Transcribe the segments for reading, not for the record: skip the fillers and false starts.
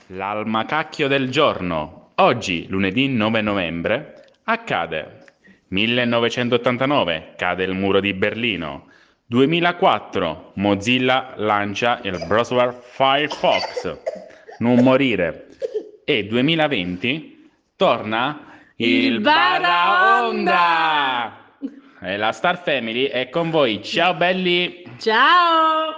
L'almacacchio del giorno. Oggi, lunedì 9 novembre, accade. 1989, cade il muro di Berlino. 2004, Mozilla lancia il browser Firefox. Non morire. E 2020, torna il Baraonda! E la Star Family è con voi. Ciao belli! Ciao!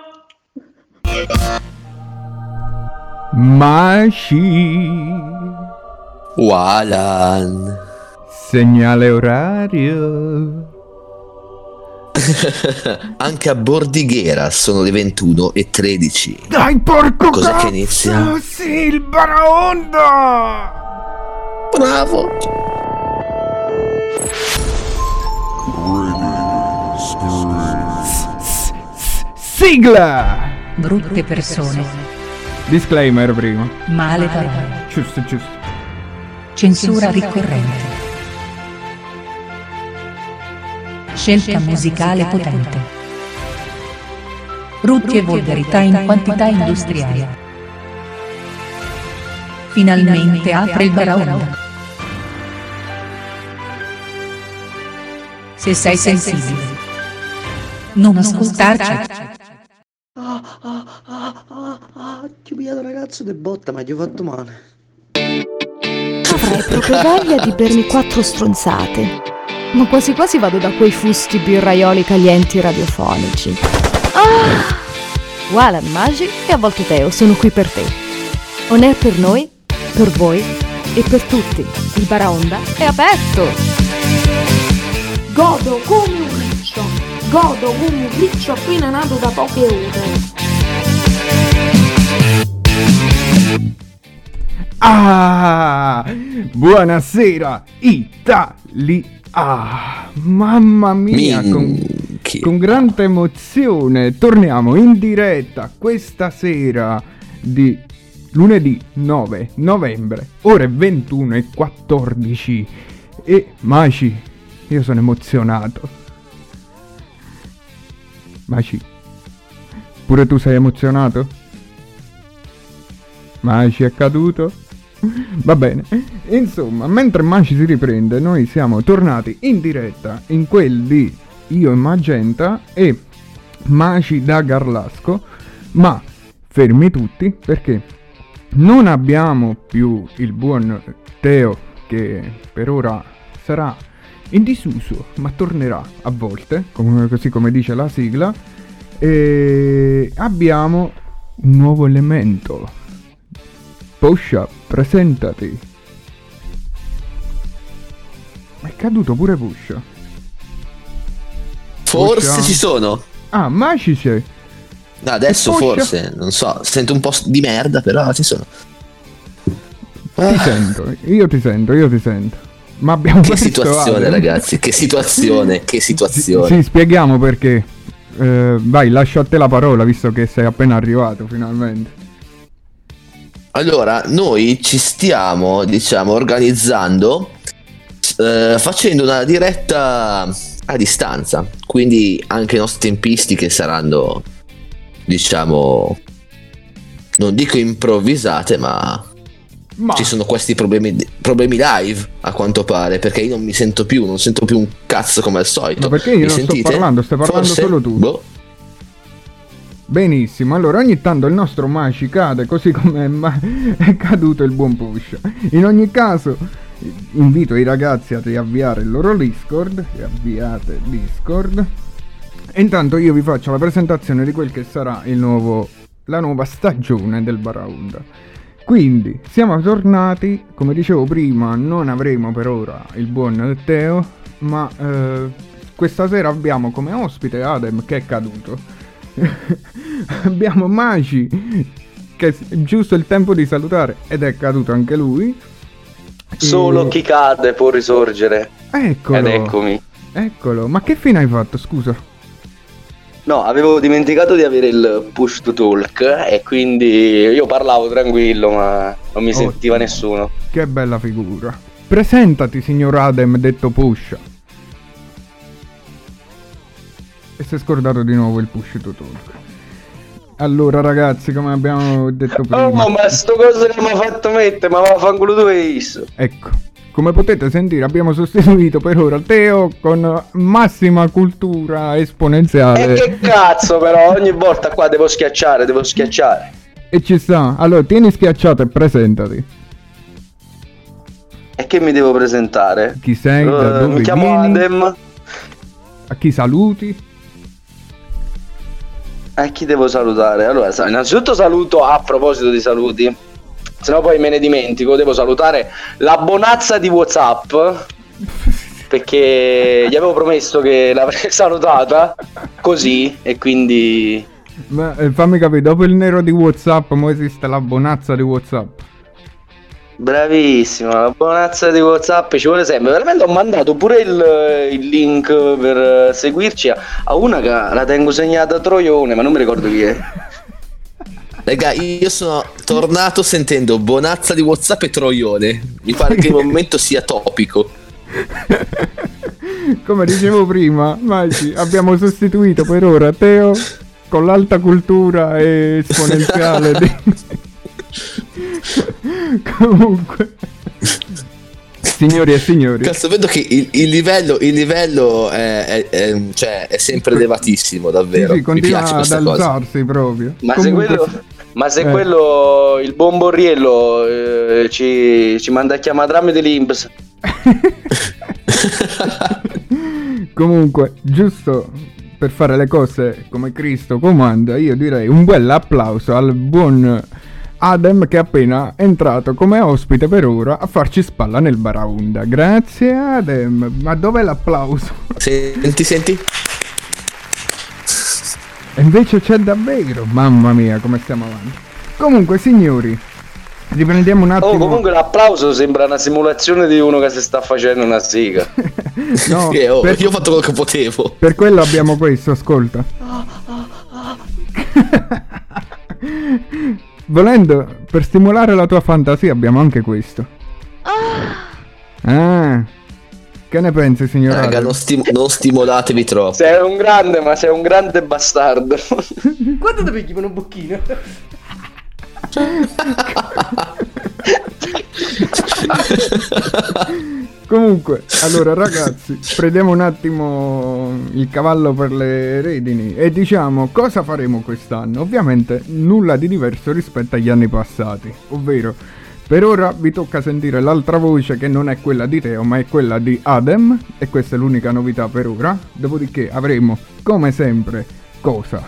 Maci, Walan. segnale orario. Anche a Bordighera sono le 21:13. Dai, porco Cos'è cazzo, che inizia? sì, il Baraonda! Bravo. Sigla! Brutte persone, Disclaimer prima. male parole, Giusto. censura ricorrente. Scelta musicale potente. Brutti e volgarità in quantità industriale. Finalmente apre il Baraonda. Se sei sensibile, non ascoltarci. Ti ho pigliato ragazzo de botta, ma ti ho fatto male. Avrei proprio voglia di bermi 4 stronzate. Ma quasi quasi vado da quei fusti birraioli calienti radiofonici. Walan, Magi e a volte Teo sono qui per te. On air per noi, per voi e per tutti. Il Baraonda è aperto! Godo come un riccio, godo come un riccio appena nato da poche ore. Buonasera Italia! Mamma mia, con grande emozione torniamo in diretta questa sera di lunedì 9 novembre, ore 21:14. E Maci, io sono emozionato. Maci, pure tu sei emozionato? Maci è caduto? Va bene, insomma, mentre Maci si riprende, noi siamo tornati in diretta in quel di Io e Magenta e Maci da Garlasco, ma fermi tutti perché non abbiamo più il buon Teo, che per ora sarà in disuso, ma tornerà a volte, così come dice la sigla, e abbiamo un nuovo elemento. Poscia, presentati. Ma è caduto pure Poscia. Forse Poscia. ci sono. Ah, Maci c'è. Adesso Poscia? forse, non so, sento un po' di merda, però ci sono. Ti sento, io ti sento. Ma abbiamo Che perso situazione, Adam. ragazzi, che situazione. Sì, spieghiamo perché. Vai, lascio a te la parola, visto che sei appena arrivato finalmente. Allora, noi ci stiamo, diciamo, organizzando, facendo una diretta a distanza, quindi anche le nostre tempistiche saranno, diciamo, non dico improvvisate, ma ci sono questi problemi live, a quanto pare, perché io non sento più un cazzo come al solito. Ma perché io Mi non sentite? sto parlando, stai parlando Forse? solo tu. Boh. Benissimo, allora ogni tanto il nostro Maci cade, così come è caduto il buon Push. In ogni caso invito i ragazzi a riavviare il loro Discord. Riavviate Discord. E intanto io vi faccio la presentazione di quel che sarà la nuova stagione del Baraonda. Quindi siamo tornati, come dicevo prima, non avremo per ora il buon Teo, ma questa sera abbiamo come ospite Adem, che è caduto. Abbiamo Maci, che è giusto il tempo di salutare, ed è caduto anche lui. Solo chi cade può risorgere. Eccolo. Ed eccomi. Eccolo, ma che fine hai fatto, scusa? No, avevo dimenticato di avere il push to talk e quindi io parlavo tranquillo, ma non mi sentiva nessuno. Che bella figura. Presentati, signor Adem, detto Push. E si è scordato di nuovo il push to talk. Allora ragazzi, come abbiamo detto prima, Oh, ma sto coso che mi ha fatto mettere, ma vaffanculo tu hai visto? ecco, come potete sentire abbiamo sostituito per ora Teo con massima cultura esponenziale. E che cazzo però, ogni volta qua devo schiacciare. E ci sta. Allora tieni schiacciato e presentati. E che mi devo presentare? Chi sei, da dove mi chiamo vieni, Adem. a chi saluti. Chi devo salutare? Allora, innanzitutto saluto, a proposito di saluti, sennò poi me ne dimentico, devo salutare la bonazza di WhatsApp, perché gli avevo promesso che l'avrei salutata così, e quindi... Ma fammi capire, dopo il nero di WhatsApp, mo esiste la bonazza di WhatsApp. Bravissimo, la bonazza di WhatsApp ci vuole sempre. Veramente ho mandato pure il link per seguirci a una che la tengo segnata Troione, ma non mi ricordo chi è. Raga, io sono tornato sentendo bonazza di WhatsApp e Troione. Mi pare che il momento sia topico. Come dicevo prima, Maggi, abbiamo sostituito per ora Teo con l'alta cultura esponenziale di... Comunque, signori e signori, Cazzo, vedo che il livello cioè, è sempre elevatissimo, davvero. sì, Mi continua piace ad questa cosa. alzarsi proprio. Ma Comunque, se quello, il buon Borriello ci manda a chiamare tramite l'Inps. comunque, giusto per fare le cose come Cristo comanda, io direi un bel applauso al buon Adem che è appena entrato come ospite per ora a farci spalla nel Baraonda. Grazie Adem, ma dov'è l'applauso? Senti. E invece c'è davvero, mamma mia come stiamo avanti. Comunque signori, riprendiamo un attimo. Oh, comunque l'applauso sembra una simulazione di uno che si sta facendo una siga. No, Io ho fatto quello che potevo. per quello abbiamo questo, ascolta. Volendo, per stimolare la tua fantasia abbiamo anche questo. Ah, che ne pensi signor Raga, Adem? non stimolatevi troppo. Sei un grande, ma sei un grande bastardo. Quanto ti picchi per un bocchino? Comunque, allora ragazzi, prendiamo un attimo il cavallo per le redini e diciamo cosa faremo quest'anno. Ovviamente nulla di diverso rispetto agli anni passati, ovvero per ora vi tocca sentire l'altra voce che non è quella di Teo ma è quella di Adem, e questa è l'unica novità per ora. Dopodiché avremo come sempre cosa?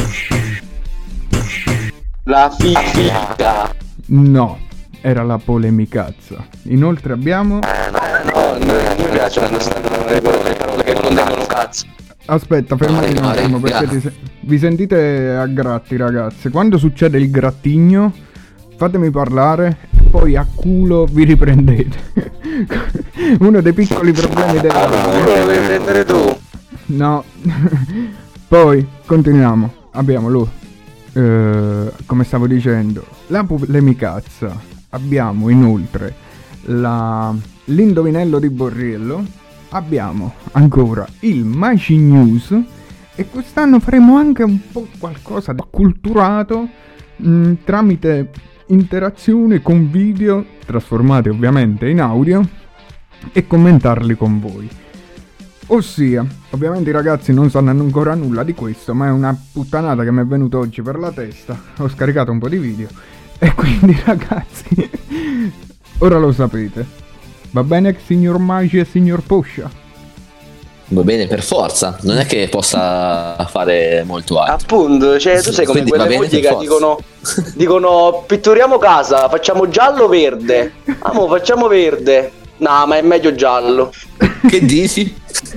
La figa. No, era la polemicazza. Inoltre abbiamo... No, mi piacciono le parole che non tengono cazzo. Aspetta, fermati un attimo perché vi sentite a gratti ragazzi. Quando succede il grattigno fatemi parlare e poi a culo vi riprendete. Uno dei piccoli problemi della... Lo devi prendere tu. No. Poi continuiamo. Abbiamo come stavo dicendo, la polemicazza. Abbiamo inoltre l'indovinello di Borriello. Abbiamo ancora il Magic News. E quest'anno faremo anche un po' qualcosa di acculturato tramite interazione con video trasformati ovviamente in audio e commentarli con voi. Ossia, ovviamente i ragazzi non sanno ancora nulla di questo, ma è una puttanata che mi è venuta oggi per la testa. Ho scaricato un po' di video e quindi ragazzi, ora lo sapete. Va bene signor Magi e signor Poscia? Va bene, per forza, non è che possa fare molto altro. Appunto, cioè tu sei come Quindi va quelle bene mogli per che forza. dicono pitturiamo casa, facciamo giallo o verde? Amo, facciamo verde. No, ma è meglio giallo. Che dici?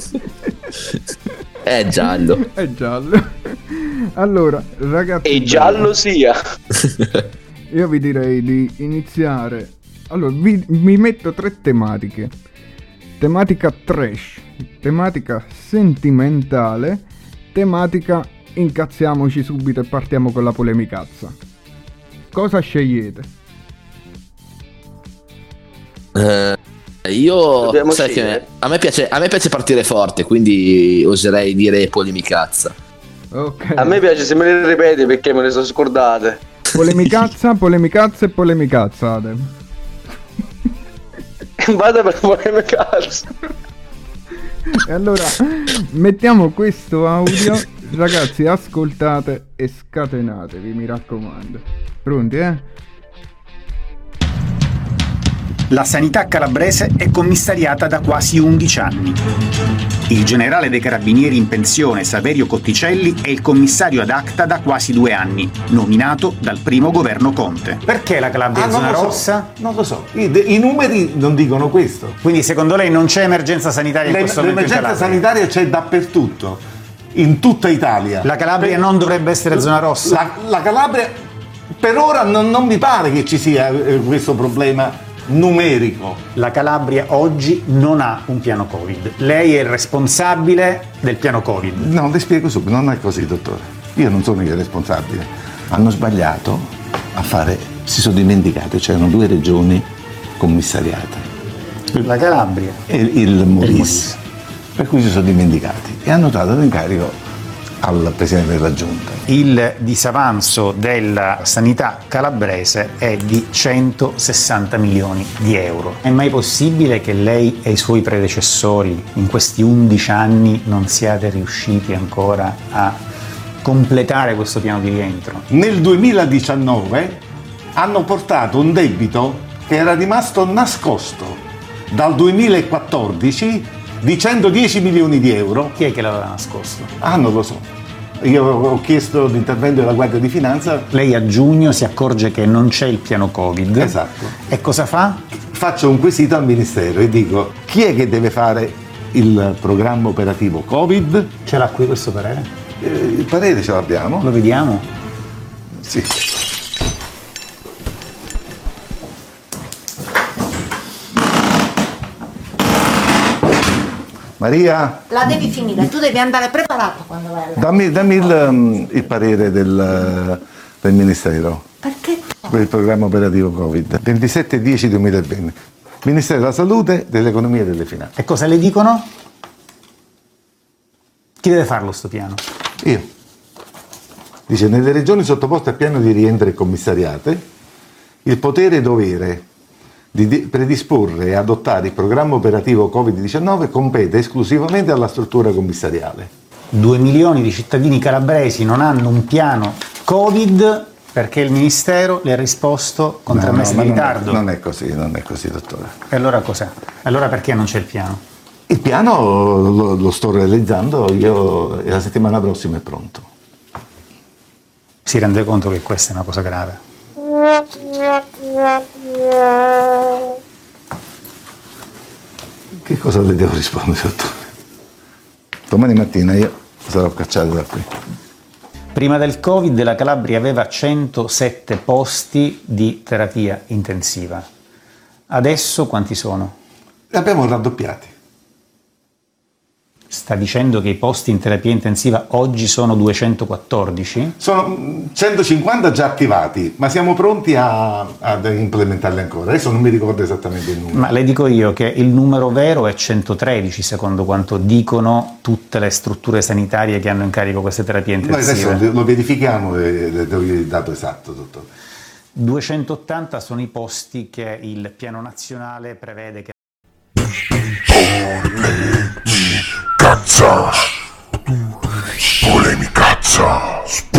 È giallo. È giallo. Allora, ragazzi, E giallo sia. io vi direi di iniziare. Allora, mi metto 3 tematiche. Tematica trash, tematica sentimentale, tematica incazziamoci subito e partiamo con la polemicazza. Cosa scegliete? Io Dobbiamo sai scegliere. che a me piace partire forte, quindi oserei dire polemicazza. Ok. A me piace se me le ripeti perché me le sono scordate. Polemicazza, polemicazza e polemicazzate. Vado per polemicazza. E allora mettiamo questo audio, ragazzi, ascoltate e scatenatevi, mi raccomando. Pronti, La sanità calabrese è commissariata da quasi 11 anni. Il generale dei carabinieri in pensione Saverio Cotticelli è il commissario ad acta da quasi 2 anni, nominato dal primo governo Conte. Perché la Calabria è zona rossa? Non lo so, i numeri non dicono questo. Quindi secondo lei non c'è emergenza sanitaria in questo momento in L'emergenza Calabria? sanitaria c'è dappertutto, in tutta Italia. La Calabria non dovrebbe essere zona rossa? La Calabria per ora non mi pare che ci sia questo problema numerico. La Calabria oggi non ha un piano Covid. Lei è il responsabile del piano Covid. No, le spiego subito, non è così, dottore. Io non sono il responsabile. Hanno sbagliato a fare, si sono dimenticati, c'erano 2 regioni commissariate. La Calabria e il Molise. Per cui si sono dimenticati e hanno dato l'incarico al Presidente della Giunta. Il disavanzo della sanità calabrese è di 160 milioni di euro. È mai possibile che lei e i suoi predecessori in questi 11 anni non siate riusciti ancora a completare questo piano di rientro? Nel 2019 hanno portato un debito che era rimasto nascosto dal 2014 di 110 milioni di euro. Chi è che l'aveva nascosto? Non lo so. Io ho chiesto l'intervento della Guardia di Finanza. Lei a giugno si accorge che non c'è il piano Covid. Esatto. E cosa fa? Faccio un quesito al Ministero e dico: chi è che deve fare il programma operativo Covid? Ce l'ha qui questo parere? Il parere ce l'abbiamo. Lo vediamo? Sì. Maria, La devi finire, tu devi andare preparato quando vai a dammi il parere del Ministero. Perché? Per il programma operativo Covid 27/10/2020. Ministero della Salute, dell'Economia e delle Finanze. E cosa le dicono? Chi deve farlo sto piano? Io. Dice: nelle regioni sottoposte a piano di rientro e commissariate, il potere e dovere di predisporre e adottare il programma operativo Covid-19 compete esclusivamente alla struttura commissariale. 2 milioni di cittadini calabresi non hanno un piano Covid perché il Ministero le ha risposto con 3 mesi di ritardo. Non è così, dottore. E allora cos'è? Allora perché non c'è il piano? Il piano lo sto realizzando io e la settimana prossima è pronto. Si rende conto che questa è una cosa grave? Che cosa le devo rispondere, dottore? Domani mattina io sarò cacciato da qui. Prima del Covid la Calabria aveva 107 posti di terapia intensiva. Adesso quanti sono? Li abbiamo raddoppiati. Sta dicendo che i posti in terapia intensiva oggi sono 214? Sono 150 già attivati, ma siamo pronti ad implementarli ancora. Adesso non mi ricordo esattamente il numero. Ma le dico io che il numero vero è 113, secondo quanto dicono tutte le strutture sanitarie che hanno in carico queste terapie intensive. Noi adesso lo verifichiamo e le do il dato esatto, dottore. 280 sono i posti che il piano nazionale prevede che... Polemicazza.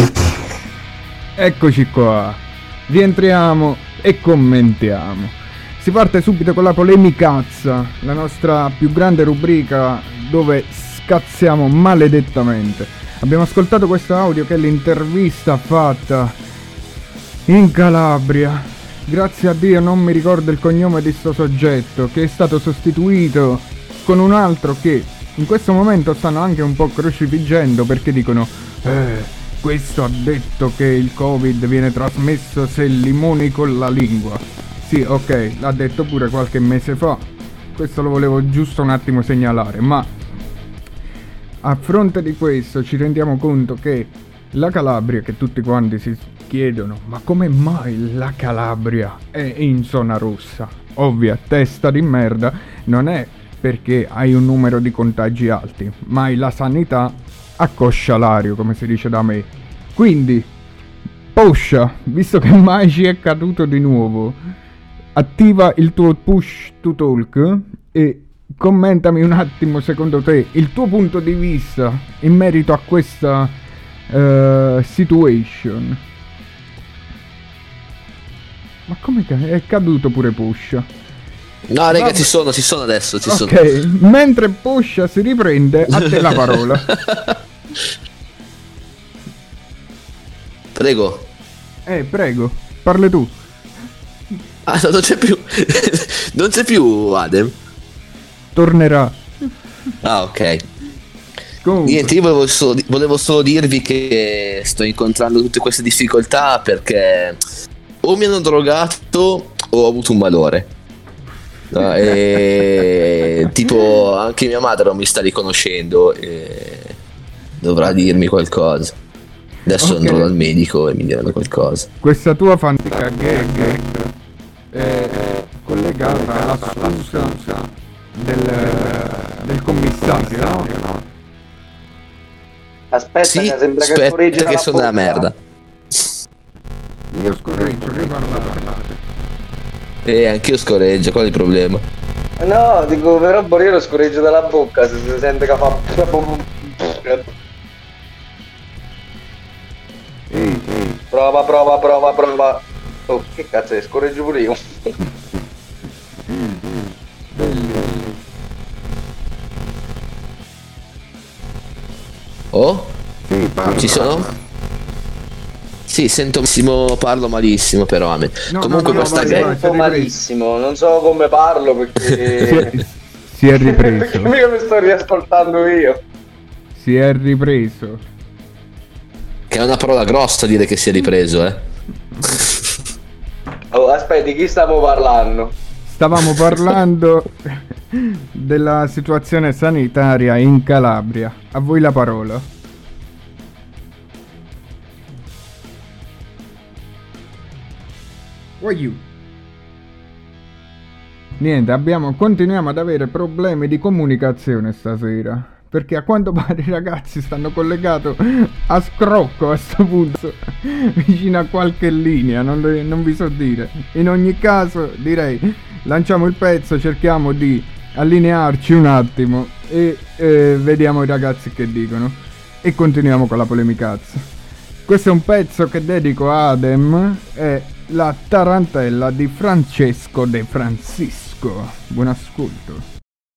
Eccoci qua, rientriamo e commentiamo. Si parte subito con la polemicazza, la nostra più grande rubrica dove scazziamo maledettamente. Abbiamo ascoltato questo audio che è l'intervista fatta in Calabria. Grazie a Dio non mi ricordo il cognome di sto soggetto, che è stato sostituito con un altro che in questo momento stanno anche un po' crocifiggendo perché dicono questo ha detto che il Covid viene trasmesso se limoni con la lingua. Sì, ok, l'ha detto pure qualche mese fa, questo lo volevo giusto un attimo segnalare, ma a fronte di questo ci rendiamo conto che la Calabria, che tutti quanti si chiedono ma come mai la Calabria è in zona rossa? Ovvia testa di merda, non è perché hai un numero di contagi alti, ma hai la sanità accoscialario, come si dice da me. Quindi, Poscia, visto che Magi è caduto di nuovo, attiva il tuo push to talk e commentami un attimo, secondo te, il tuo punto di vista in merito a questa situation. Ma come è caduto pure Poscia? No, raga, ci sono adesso, ci sono. Ok, mentre Poscia si riprende, a te la parola. Prego. Prego, parli tu. Ah, no, non c'è più Adem. Tornerà. Ah, ok. Comunque. Niente, io volevo solo dirvi che sto incontrando tutte queste difficoltà perché o mi hanno drogato o ho avuto un malore. No, e tipo anche mia madre non mi sta riconoscendo e dovrà dirmi qualcosa. Adesso andrò dal medico e mi diranno qualcosa. Questa tua fantica gag è collegata alla scusa del commissario, no? Aspetta, sì, che sembra aspetta che sono una merda. Io scorreggio, che parlate? Anch'io scorreggio, qual è il problema? No, dico, però io lo scorreggio dalla bocca, se si sente che fa... Prova. Oh, che cazzo è? Scorreggio pure io. Oh? Sì, ci sono? Sì, sento malissimo, parlo malissimo però amen. Comunque questa sento malissimo, non so come parlo perché... si è ripreso. Perché mica mi sto riascoltando io. Si è ripreso. Che è una parola grossa dire che si è ripreso, Oh, aspetta, di chi stiamo parlando? Stavamo parlando della situazione sanitaria in Calabria. A voi la parola. Niente, continuiamo ad avere problemi di comunicazione stasera. Perché a quanto pare i ragazzi stanno collegati a scrocco a sto punto, vicino a qualche linea, non vi so dire. In ogni caso direi, lanciamo il pezzo, cerchiamo di allinearci un attimo e vediamo i ragazzi che dicono. E continuiamo con la polemicazza. Questo è un pezzo che dedico a Adem, è La tarantella di Francesco De Francisco. Buon ascolto.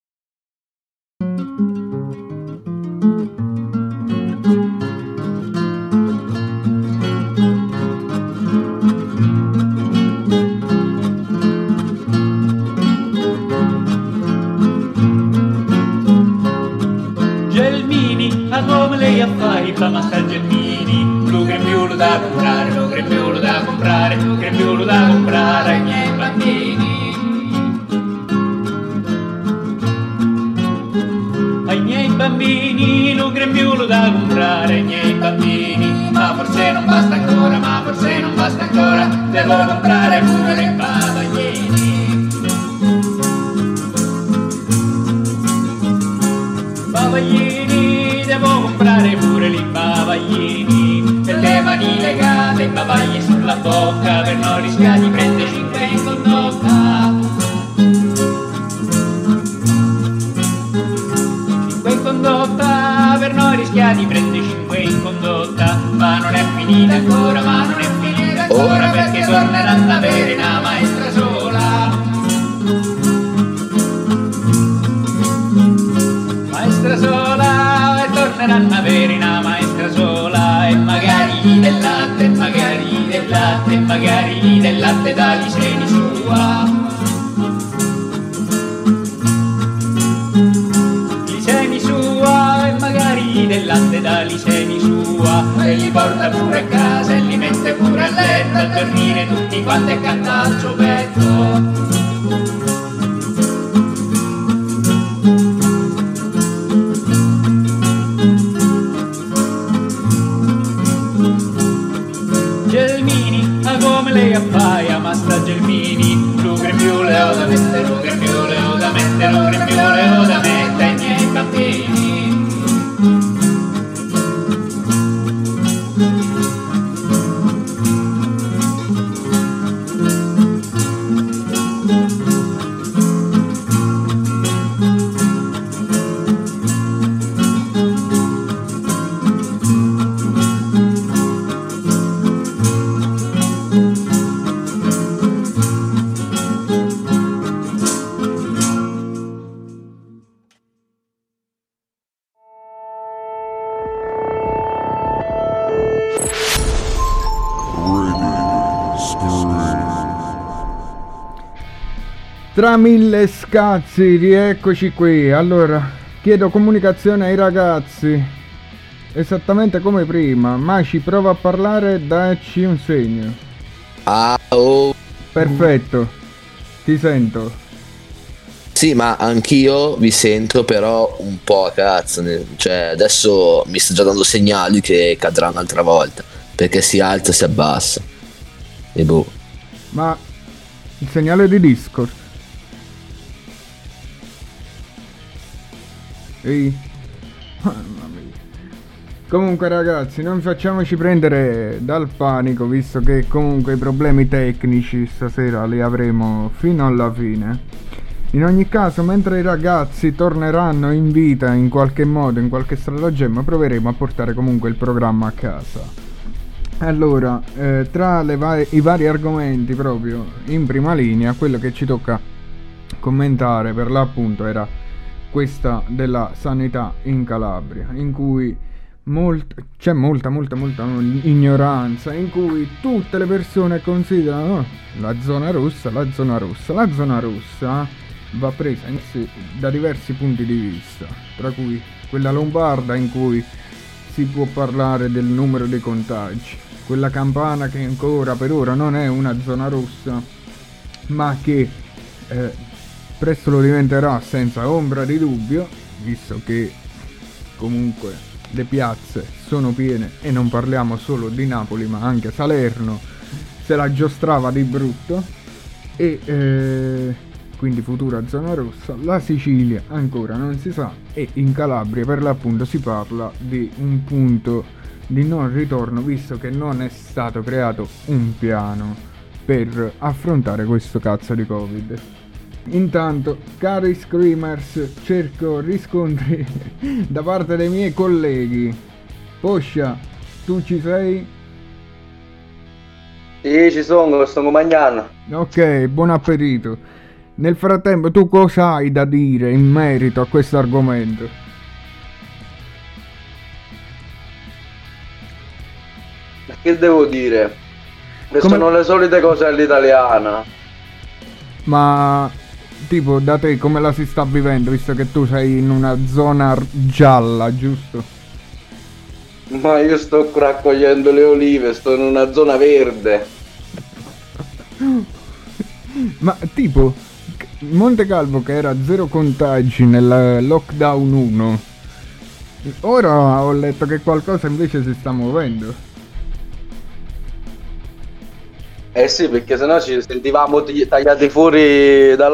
Come lei affari fa massa Gelmini, lo grembiolo da comprare, lo grembiolo da comprare, lo grembiolo da comprare ai miei bambini. Ai miei bambini, lo grembiolo da comprare ai miei bambini. Ma forse non basta ancora, ma forse non basta ancora, devo comprare pure le bavaglini. Bavaglini, devo comprare pure i bavaglini, per le mani legate, i bavagli sulla bocca, per non rischiare di prendere 5 in condotta. 5 in condotta, per non rischiare di prendere 5 in condotta. Ma non è finita ancora, ma non è finita ancora, perché torneranno ad avere una maestra sola. Maestra sola, e torneranno a avere una maestra sola. E magari del latte, e magari del latte, e magari del latte dagli seni sua. Gli seni sua, e magari del latte dagli seni sua. E li porta pure a casa e li mette pure a letto, a dormire tutti quanti e canta al suo petto. Gelmini, a come lei appaia, ma sta Gelmini, lo grembiule o da mette, lo grembiule o da mette, lo grembiule o da mette ai miei bambini. Tra mille scazzi, rieccoci qui. Allora, chiedo comunicazione ai ragazzi, esattamente come prima. Maci, prova a parlare, dacci un segno. Perfetto, ti sento. Sì, ma anch'io vi sento, però un po' a cazzo. Cioè, adesso mi sto già dando segnali che cadrà un'altra volta, perché si alza e si abbassa. E boh. Ma il segnale di Discord. Ehi. Mamma mia. Comunque ragazzi, non facciamoci prendere dal panico, visto che comunque i problemi tecnici stasera li avremo fino alla fine. In ogni caso, mentre i ragazzi torneranno in vita in qualche modo, in qualche stratagemma, proveremo a portare comunque il programma a casa. Allora, tra i vari argomenti proprio in prima linea, quello che ci tocca commentare per l'appunto era questa della sanità in Calabria, in cui c'è molta ignoranza, in cui tutte le persone considerano la zona rossa va presa da diversi punti di vista, tra cui quella lombarda, in cui si può parlare del numero dei contagi, quella campana che ancora per ora non è una zona rossa, ma che presto lo diventerà senza ombra di dubbio, visto che comunque le piazze sono piene, e non parliamo solo di Napoli ma anche Salerno se la giostrava di brutto, e quindi futura zona rossa. La Sicilia ancora non si sa, e in Calabria per l'appunto si parla di un punto di non ritorno, visto che non è stato creato un piano per affrontare questo cazzo di Covid. Intanto, cari screamers, cerco riscontri da parte dei miei colleghi. Poscia, tu ci sei? Sì, ci sono, sto mangiando. Ok, buon appetito. Nel frattempo, tu cosa hai da dire in merito a questo argomento? Che devo dire? Che sono le solite cose all'italiana. Ma tipo, da te come la si sta vivendo, visto che tu sei in una zona gialla, giusto? Ma io sto raccogliendo le olive, sto in una zona verde. Ma tipo, Monte Calvo che era 0 contagi nel lockdown 1, ora ho letto che qualcosa invece si sta muovendo. Eh sì, perché sennò ci sentivamo tagliati fuori dal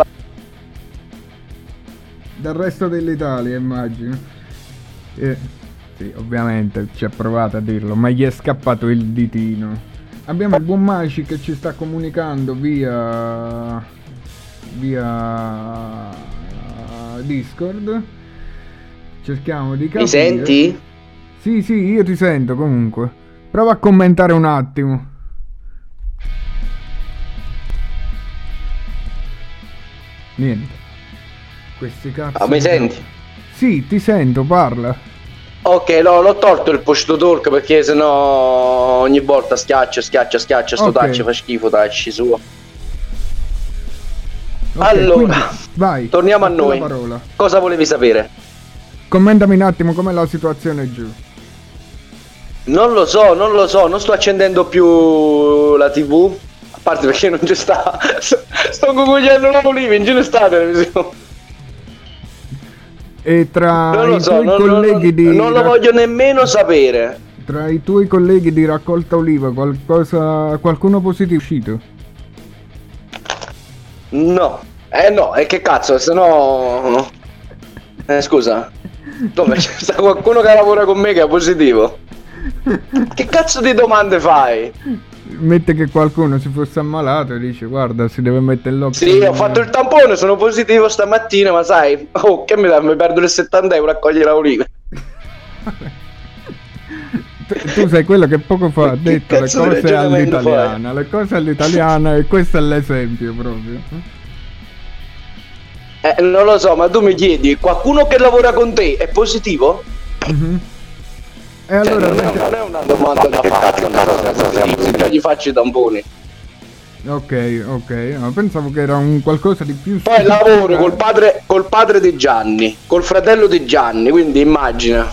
resto dell'Italia, immagino. Sì, ovviamente ci ha provato a dirlo, ma gli è scappato il ditino. Abbiamo il buon Maci che ci sta comunicando via Discord. Cerchiamo di capire. Mi senti? Sì, io ti sento comunque. Prova a commentare un attimo. Niente. Questi cazzo. Mi senti? Sì, ti sento, parla. Ok, no, l'ho tolto il push to talk perché sennò ogni volta schiaccia, sto touch fa schifo, touch su. Okay, allora, quindi, vai, torniamo a noi. Cosa volevi sapere? Commentami un attimo com'è la situazione giù. Non lo so, non sto accendendo più la TV, a parte perché non ci sta. Sto cogliendo la oliva, non ce ne sta televisione. E tra i tuoi colleghi di... Non lo voglio nemmeno sapere. Tra i tuoi colleghi di raccolta oliva, qualcuno positivo è uscito? No. No, e che cazzo, se no... scusa. Dove c'è sta qualcuno che lavora con me che è positivo? Che cazzo di domande fai? Mette che qualcuno si fosse ammalato e dice guarda si deve mettere l'occhio. Sì, ho fatto il tampone, sono positivo stamattina, ma sai, che mi perdo le 70 euro a cogliere la oliva. Tu sei quello che poco fa ha detto le cose all'italiana, le cose all'italiana, e questo è l'esempio proprio. Non lo so, ma tu mi chiedi, qualcuno che lavora con te è positivo? Mm-hmm. E allora non è una domanda da fare, già gli faccio i tamponi. Ok, no, pensavo che era un qualcosa di più... Poi lavoro col padre di Gianni, col fratello di Gianni, quindi immagina.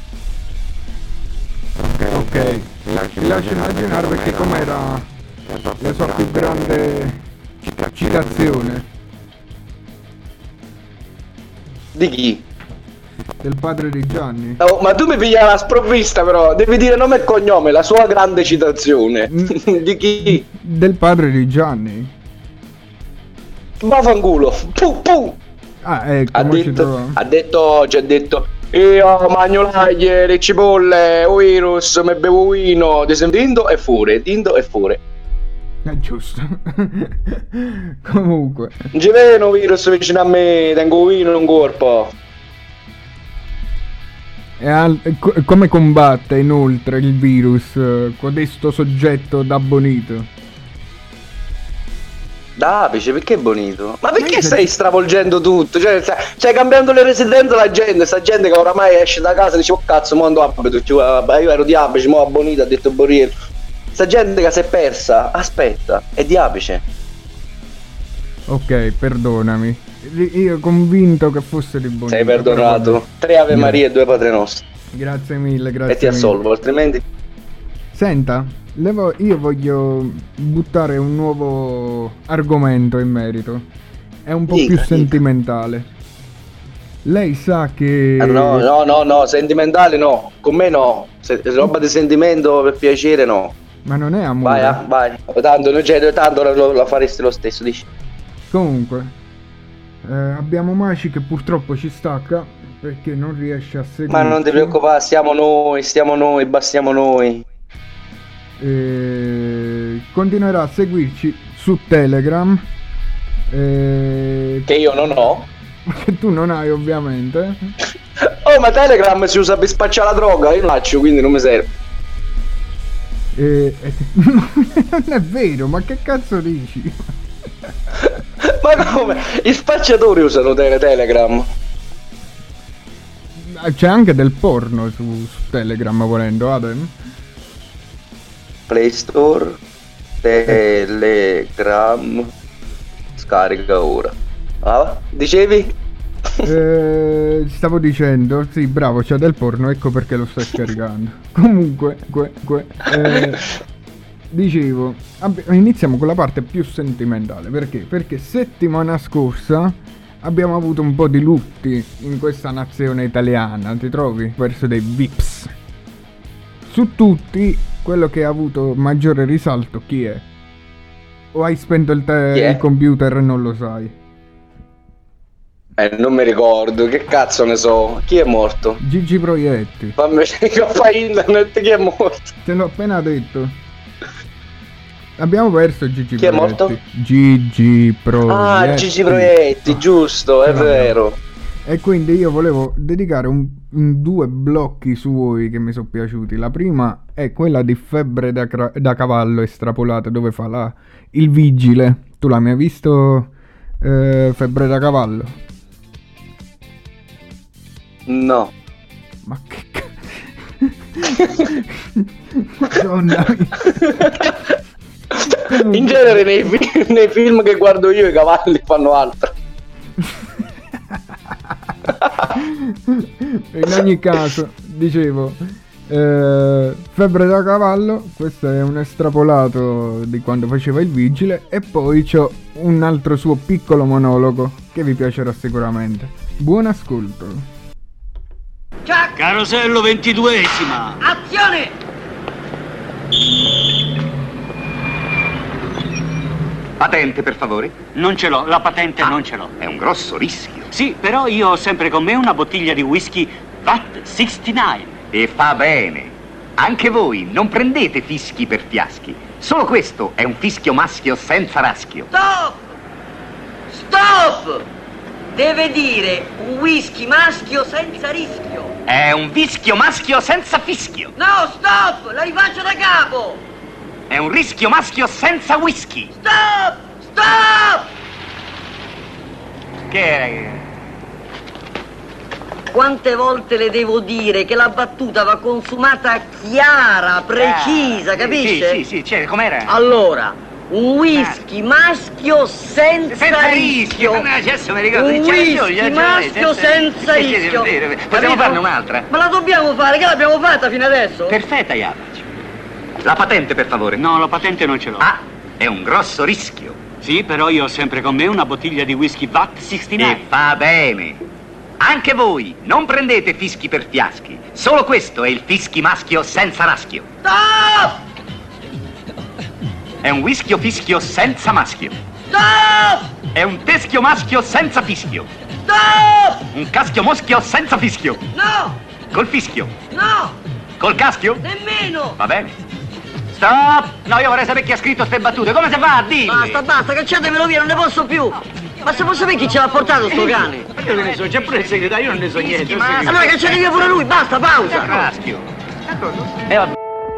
Ok, ti lascio immaginare perché com'era la sua più grande citazione. Di chi? Del padre di Gianni. Oh, ma tu mi piglia la sprovvista, però devi dire nome e cognome, la sua grande citazione. Di chi? Del padre di Gianni. Vaffanculo. Puh. Ah, ecco, ha detto, io mangio l'aglio, le cipolle, o virus, mi bevo vino, dindo e fuori. È giusto. Comunque. Non ci vedo virus vicino a me, tengo vino in un corpo. Come combatte inoltre il virus codesto soggetto da bonito? Davice, perché bonito? Ma perché stai stravolgendo tutto? Cioè, stai cambiando le residenze alla gente, sta gente che oramai esce da casa e dice, oh cazzo, mo ando abito, io ero di Apice, mo a bonito, ha detto Borriello. Sta gente che si è persa, aspetta, è di Apice. Ok, perdonami. Io convinto che fosse di bonito. Sei perdonato. 3 Ave Maria e 2 Padre Nostro. Grazie mille, grazie. E ti assolvo, altrimenti... Senta, io voglio buttare un nuovo argomento in merito. È un po' più sentimentale. Lei sa che... No, sentimentale no. Con me no. Roba di sentimento per piacere no. Ma non è amore. Vai. Tanto lo faresti lo stesso, dici. Comunque, abbiamo Maci che purtroppo ci stacca perché non riesce a seguire. Ma non ti preoccupare, stiamo noi, bastiamo noi. Continuerà a seguirci su Telegram. Che io non ho. Che tu non hai ovviamente. Oh, ma Telegram si usa per spacciare la droga, io faccio, quindi non mi serve. Non è vero, ma che cazzo dici? Ma come? Gli spacciatori usano Telegram. C'è anche del porno su Telegram volendo, Adem. Play Store, Telegram, scarica ora. Ah, dicevi? Stavo dicendo, sì, bravo, c'è del porno, ecco perché lo stai scaricando. Comunque, dicevo, iniziamo con la parte più sentimentale. Perché settimana scorsa abbiamo avuto un po' di lutti in questa nazione italiana, ti trovi? Verso dei VIPs. Su tutti, quello che ha avuto maggiore risalto chi è? O hai spento il computer e non lo sai? Non mi ricordo, che cazzo ne so. Chi è morto? Gigi Proietti. Fammi fai internet, chi è morto? Te l'ho appena detto. Abbiamo perso Gigi Proietti. Chi è morto? Gigi Proietti. Ah, Gigi Proietti, giusto, è vero. E quindi io volevo dedicare due blocchi suoi che mi sono piaciuti. La prima è quella di Febbre da cavallo estrapolata, dove fa il vigile. Tu l'hai mai visto Febbre da cavallo? No. Ma che Madonna. In genere nei film che guardo io i cavalli fanno altro. In ogni caso, dicevo, Febbre da cavallo, questo è un estrapolato di quando faceva il vigile, e poi c'ho un altro suo piccolo monologo che vi piacerà sicuramente. Buon ascolto. Carosello 22esima. Azione! Patente, per favore? Non ce l'ho, la patente non ce l'ho. È un grosso rischio. Sì, però io ho sempre con me una bottiglia di whisky VAT 69. E fa bene. Anche voi non prendete fischi per fiaschi. Solo questo è un fischio maschio senza raschio. Stop! Stop! Deve dire un whisky maschio senza rischio. È un vischio maschio senza fischio. No, stop! La rifaccio da capo! È un rischio maschio senza whisky. Stop! Stop! Che è? Quante volte le devo dire che la battuta va consumata chiara, precisa, capisce? Sì, com'era? Allora, Un whisky maschio senza rischio. Adesso mi ricordo. Un whisky maschio senza rischio. Possiamo farne un'altra? Ma la dobbiamo fare, che l'abbiamo fatta fino adesso? Perfetta, Japac. La patente, per favore. No, la patente non ce l'ho. Ah, è un grosso rischio. Sì, però io ho sempre con me una bottiglia di whisky VAT 69. E fa bene. Anche voi, non prendete fischi per fiaschi. Solo questo è il fischi maschio senza raschio. Stop! È un whisky fischio senza maschio. Stop! È un teschio maschio senza fischio. Stop! Un caschio moschio senza fischio. No! Col fischio. No! Col caschio? Nemmeno! Va bene. Stop! No, io vorrei sapere chi ha scritto ste battute. Come si fa a dirle? Basta, cacciatemelo via, non ne posso più! Ma se posso sapere chi ce l'ha portato sto cane? Io non ne so, c'è pure il segretario, io non ne so niente. Allora cacciate via pure lui, basta, pausa! Raschio. Vabbè.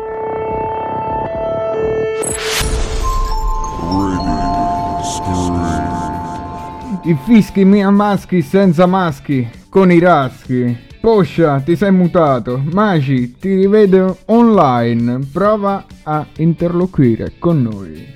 I fischi mia maschi senza maschi, con i raschi. Poscia, ti sei mutato. Magi, ti rivedo online. Prova a interloquire con noi.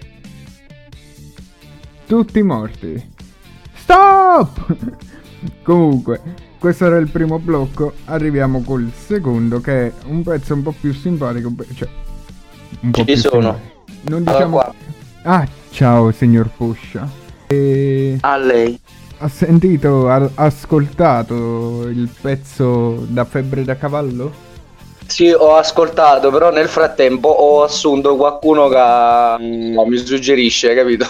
Tutti morti. Stop! Comunque, questo era il primo blocco. Arriviamo col secondo, che è un pezzo un po' più simpatico. Cioè, un po' Ci più sono. simpatico. Non diciamo... Allora, Ah, ciao signor Poscia. a lei. Ha sentito, ha ascoltato il pezzo da Febbre da Cavallo? Sì, ho ascoltato, però nel frattempo ho assunto qualcuno che mi suggerisce, capito?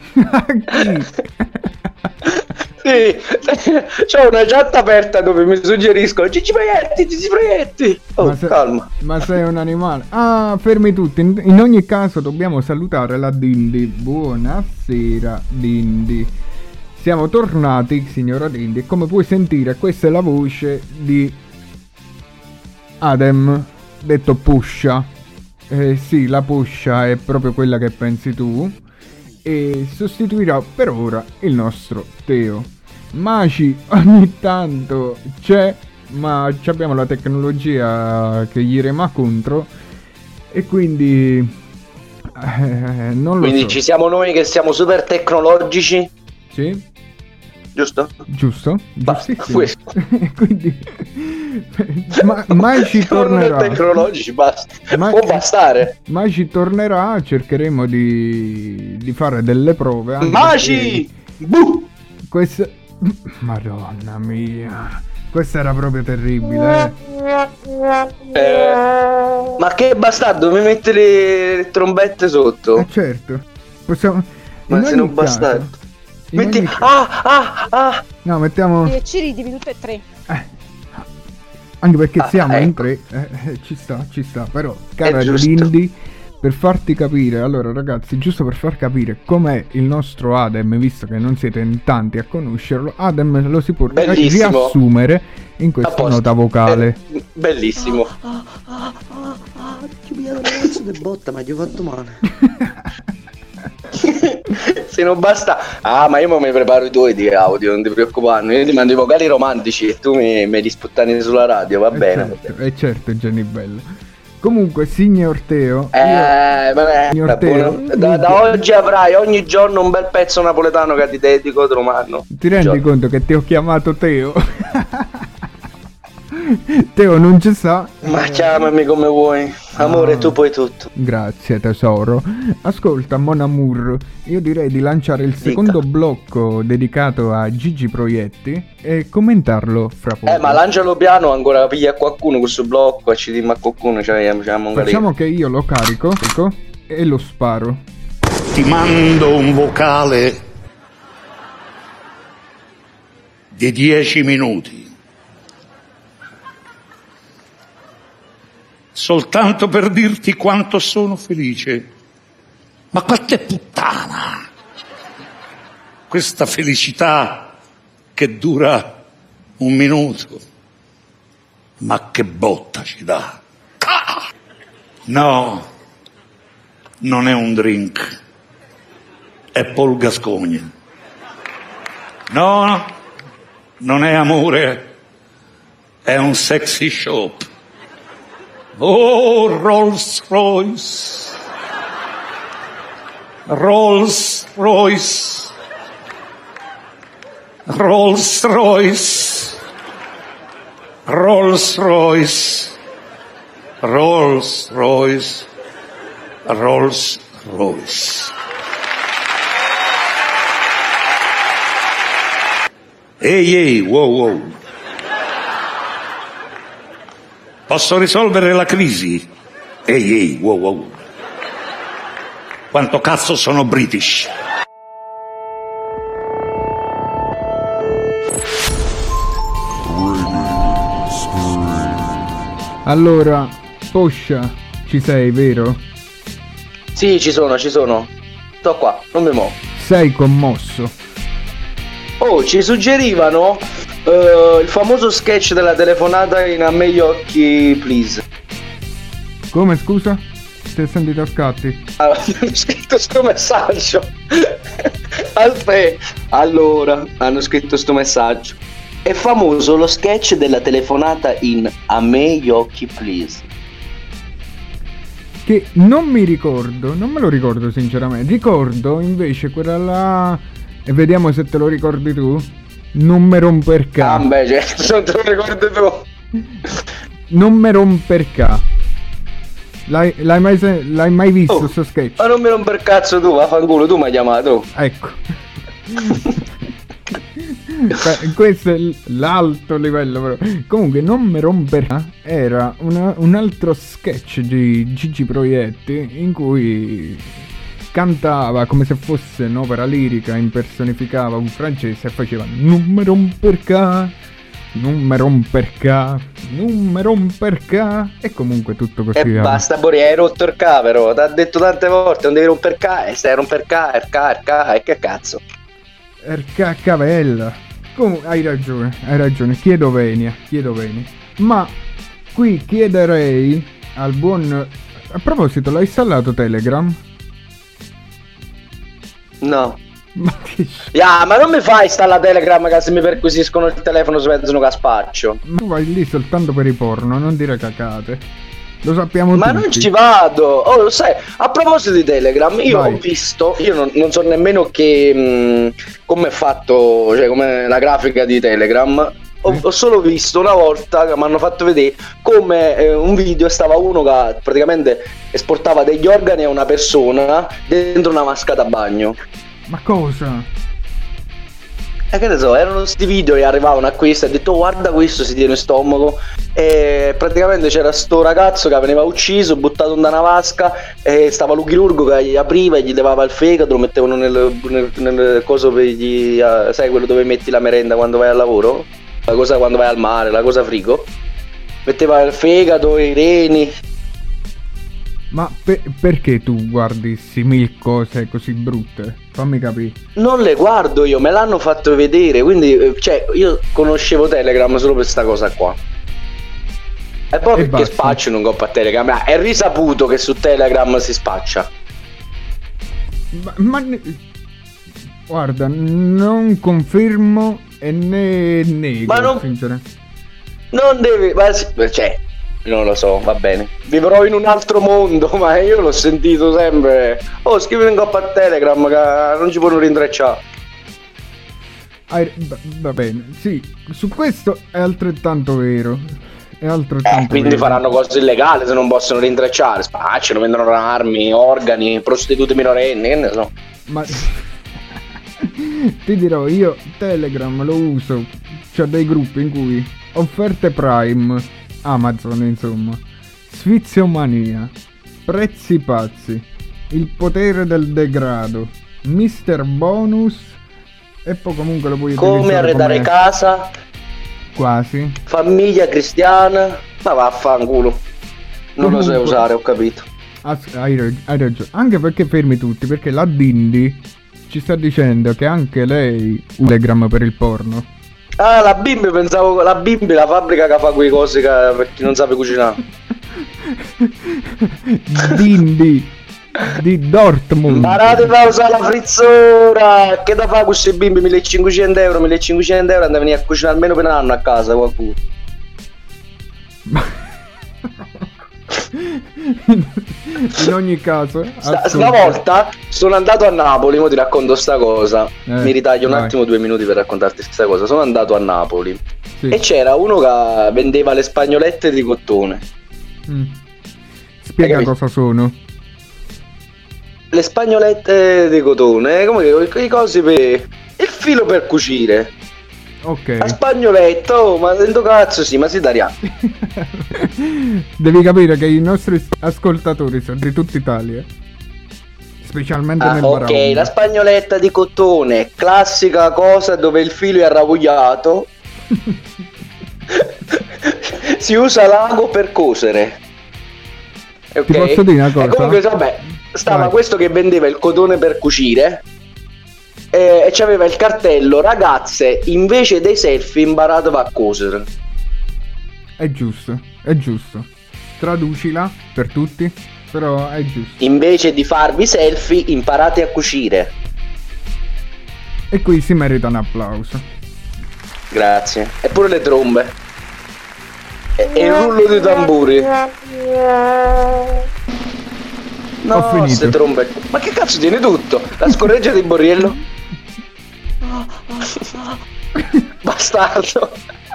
Sì, c'ho una chat aperta dove mi suggeriscono Gigi Proietti. Oh, calma. Ma sei un animale. Ah, fermi tutti. In ogni caso dobbiamo salutare la Dindi. Buonasera Dindi. Siamo tornati, signora Dindi, e come puoi sentire questa è la voce di Adem, detto Puscia. Sì, la Puscia è proprio quella che pensi tu. E sostituirà per ora il nostro Teo. Magi ogni tanto c'è, ma abbiamo la tecnologia che gli rema contro. E quindi non lo Quindi so. ci siamo noi che siamo super tecnologici. Sì. Giusto? Giusto? Basta, Giustissimo. questo. Quindi mai ci tornerà. Tecnologici, basta. Ma- Può bastare. Mai ci tornerà, cercheremo di fare delle prove. Anche Magi! Questa... Madonna mia. Questa era proprio terribile. Ma che bastardo, mi mette le trombette sotto. Certo. Possiamo... Ma in se ogni non bastardo. caso- in Metti... ogni- No, mettiamo... E ci ridi tutte e tre. Anche perché siamo in ecco. tre, ci sta, però cara giusto. Lindy, per farti capire, allora ragazzi, giusto per far capire com'è il nostro Adem, visto che non siete in tanti a conoscerlo, Adem lo si può Bellissimo. riassumere in A questa posto. nota vocale. Bellissimo. Ti ho pigliato la cazzo di botta, ma gli ho fatto male. Se non basta... Ah, ma io mi preparo i tuoi di audio, non ti preoccupare. Io ti mando i vocali romantici e tu mi li sputtani sulla radio, va bene. Certo, Gianni Bello. Comunque, signor Teo, Vabbè, signor Teo, da oggi avrai ogni giorno un bel pezzo napoletano che ti dedico, te lo mando. ti rendi conto che ti ho chiamato Teo? Teo non ci sa. Ma chiamami come vuoi. Amore, tu puoi tutto. Grazie tesoro. Ascolta Mon Amour, io direi di lanciare il secondo blocco dedicato a Gigi Proietti e commentarlo fra poco. Ma lancialo piano, ancora piglia qualcuno questo blocco e ci dimmi a qualcuno, Facciamo che io lo carico, ecco, e lo sparo. Ti mando un vocale di 10 minuti. Soltanto per dirti quanto sono felice. Ma quante puttana! Questa felicità che dura un minuto. Ma che botta ci dà! No, non è un drink. È Paul Gascogne. No, non è amore. È un sexy shop. Oh, Rolls Royce, Rolls Royce, Rolls Royce, Rolls Royce, Rolls Royce, Rolls Royce. Ehi, wow, wow. Posso risolvere la crisi? Ehi, wow, wow. Quanto cazzo sono British? Allora, Poscia, ci sei, vero? Sì, ci sono. Sto qua, non mi muovo. Sei commosso. Oh, ci suggerivano il famoso sketch della telefonata in A me gli occhi, please. Come, scusa? Ti hai sentito a scatti? Allora, hanno scritto sto messaggio. Allora, hanno scritto sto messaggio. È famoso lo sketch della telefonata in A me gli occhi, please. Che non mi ricordo, non me lo ricordo sinceramente. Ricordo invece quella là, e vediamo se te lo ricordi tu. Non me romper ca. Ah beh, certo, non te lo ricordi tu. Non me romper ca. L'hai mai visto sto sketch? Ma non mi romper cazzo tu, vaffanculo, tu mi hai chiamato. Ecco. Beh, questo è l'alto livello però. Comunque non mi romperà era un altro sketch di Gigi Proietti in cui cantava come se fosse un'opera lirica, impersonificava un francese e faceva non mi romperca, non mi romperca, non mi romperca, e comunque tutto così. E basta, Bori, hai rotto il ca, però ti ha detto tante volte non devi romper ca, e stai a romper ca, e che cazzo. Cavella. Comunque hai ragione, chiedo venia. Ma qui chiederei al buon... A proposito, l'hai installato Telegram? No. Ma non mi fai installare Telegram che se mi perquisiscono il telefono si pensano che spaccio. Ma tu vai lì soltanto per i porno, non dire cacate. Lo sappiamo tutti. Ma non ci vado. Oh, lo sai, a proposito di Telegram, io ho visto, io non so nemmeno che come è fatto, cioè come la grafica di Telegram. Ho solo visto una volta che mi hanno fatto vedere come un video stava uno che praticamente esportava degli organi a una persona dentro una vasca da bagno. Ma cosa? Che ne so, erano sti video e arrivavano a questo e ha detto guarda questo si tiene stomaco, e praticamente c'era sto ragazzo che veniva ucciso, buttato in una vasca, e stava lo chirurgo che gli apriva e gli levava il fegato, lo mettevano nel coso per gli, sai quello dove metti la merenda quando vai al lavoro, la cosa quando vai al mare, la cosa frigo, metteva il fegato, i reni. Ma perché tu guardi simil cose così brutte? Fammi capire. Non le guardo io, me l'hanno fatto vedere, quindi cioè io conoscevo Telegram solo per sta cosa qua. E poi perché basta. spacciano un coppa a Telegram? È risaputo che su Telegram si spaccia. Ma guarda, non confermo e né nego, ma non devi, cioè non lo so, va bene. Vivrò in un altro mondo, ma io l'ho sentito sempre. Oh, scrivi in coppa a Telegram che non ci possono rintracciare. Va bene, sì, su questo è altrettanto vero. Quindi vero. faranno cose illegali se non possono rintracciare. Spacciano, vendono armi, organi, prostitute minorenni, che ne so. Ma ti dirò, io Telegram lo uso, c'ho dei gruppi in cui offerte Prime, Amazon insomma, sfiziomania, prezzi pazzi, il potere del degrado, Mister Bonus, e poi comunque lo puoi utilizzare come arredare casa, quasi, famiglia cristiana, ma vaffanculo, non lo sai usare, ho capito. Hai ragione, anche perché fermi tutti, perché la Dindi ci sta dicendo che anche lei usa Telegram per il porno. Ah, la Bimbi, pensavo la Bimbi, la fabbrica che fa quei cose per chi non sa cucinare. Dindi di Dortmund. Imparate a usare la frizzora. Che da fa questi bimbi? 1500 euro andare a venire a cucinare almeno per un anno a casa qualcuno. In ogni caso, stavolta sono andato a Napoli, mo ti racconto sta cosa. Mi ritaglio un attimo 2 minuti per raccontarti sta cosa. Sono andato a Napoli e c'era uno che vendeva le spagnolette di cottone. Spiega cosa sono. Le spagnolette di cotone, come i cosi per il filo per cucire. Ok. La spagnoletta, ma dentro cazzo sì, ma si daria. Devi capire che i nostri ascoltatori sono di tutta Italia, specialmente nel ok, Baraonda. la spagnoletta di cotone, classica cosa dove il filo è arravogliato. Si usa l'ago per cosere. Ok. Ti posso dire una cosa? E comunque vabbè, stava questo che vendeva il cotone per cucire e c'aveva il cartello: ragazze, invece dei selfie imparatevi a cosere. È giusto. Traducila per tutti, però è giusto. Invece di farvi selfie, imparate a cucire. E qui si merita un applauso. Grazie. E pure le trombe. E il rullo di tamburi. No, Ho finito. ste trombe. Ma che cazzo tiene tutto? La scorreggia di Borriello? Bastardo.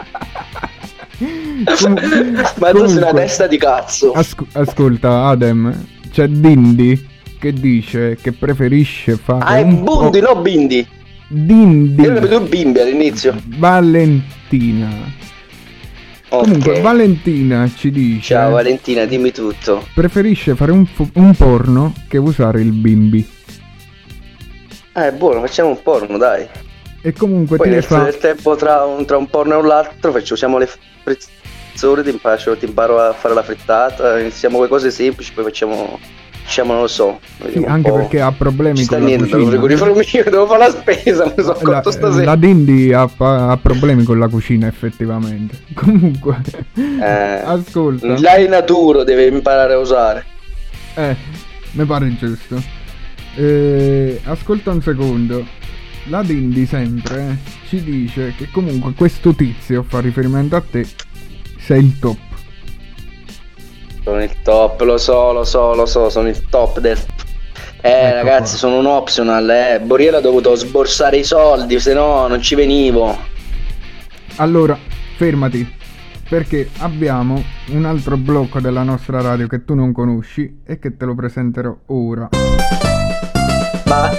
Ma tu sei una testa di cazzo. Ascolta Adem, c'è Dindi che dice che preferisce fare è Bundi, no Bindi. Dindi. Io ne vedo bimbi all'inizio. Valentina. Comunque Valentina ci dice: ciao Valentina, dimmi tutto. Preferisce fare un porno che usare il bimbi. Buono, facciamo un porno, dai. E comunque poi nel fa... tempo tra un porno e l'altro usiamo le frizzone, ti imparo a fare la frittata, iniziamo con cose semplici, poi facciamo non lo so. Sì, anche perché ha problemi con la cucina. Devo fare la spesa, mi sono accorto stasera. La Dindi ha problemi con la cucina effettivamente. Comunque ascolta, l'inaturo deve imparare a usare. mi pare giusto. Ascolta un secondo. La Dindi sempre ci dice che comunque questo tizio fa riferimento a te. Sei il top. Sono il top, lo so, sono il top del... ragazzi, sono un optional, Borriello ha dovuto sborsare i soldi, se no non ci venivo. Allora, fermati, perché abbiamo un altro blocco della nostra radio che tu non conosci e che te lo presenterò ora. Ma...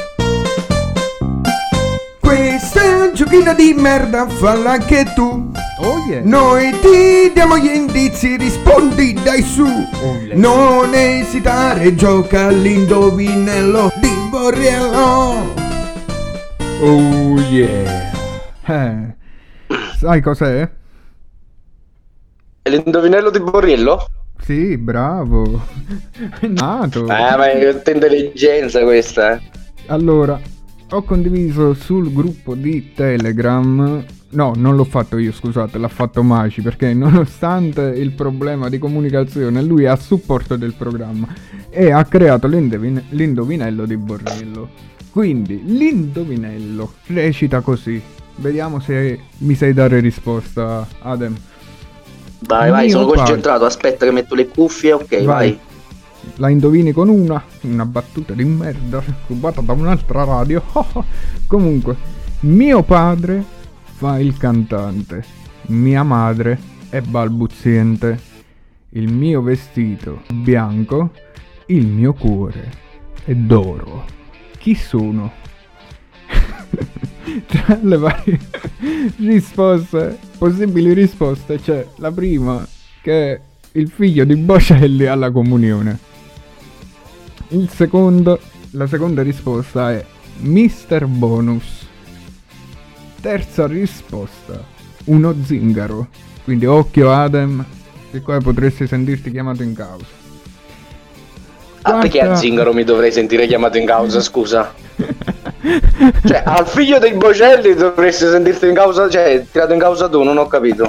questa è un giochino di merda, falla anche tu. Oh yeah. Noi ti diamo gli indizi, rispondi dai su. Oh yeah. Non esitare, gioca all'indovinello di Borriello. Oh yeah. Sai cos'è? È l'indovinello di Borriello? Sì, bravo. Nato. Ma è intelligenza questa, Allora, ho condiviso sul gruppo di Telegram. No, non l'ho fatto io, scusate, l'ha fatto Maci, perché nonostante il problema di comunicazione lui è a supporto del programma e ha creato l'indovinello di Borriello. Quindi l'indovinello recita così. Vediamo se mi sai dare risposta, Adem. Vai, sono concentrato, aspetta che metto le cuffie, ok, vai. La indovini con una battuta di merda rubata da un'altra radio. Comunque, mio padre fa il cantante, mia madre è balbuziente, il mio vestito bianco, il mio cuore è d'oro. Chi sono? Tra le varie possibili risposte c'è la prima, che è il figlio di Bocelli alla comunione. La seconda risposta è Mr. Bonus. Terza risposta, uno zingaro. Quindi occhio Adem, che qua potresti sentirti chiamato in causa. Perché a zingaro mi dovrei sentire chiamato in causa, scusa? Cioè, al figlio dei Bocelli dovresti sentirti in causa, cioè, tirato in causa tu, non ho capito.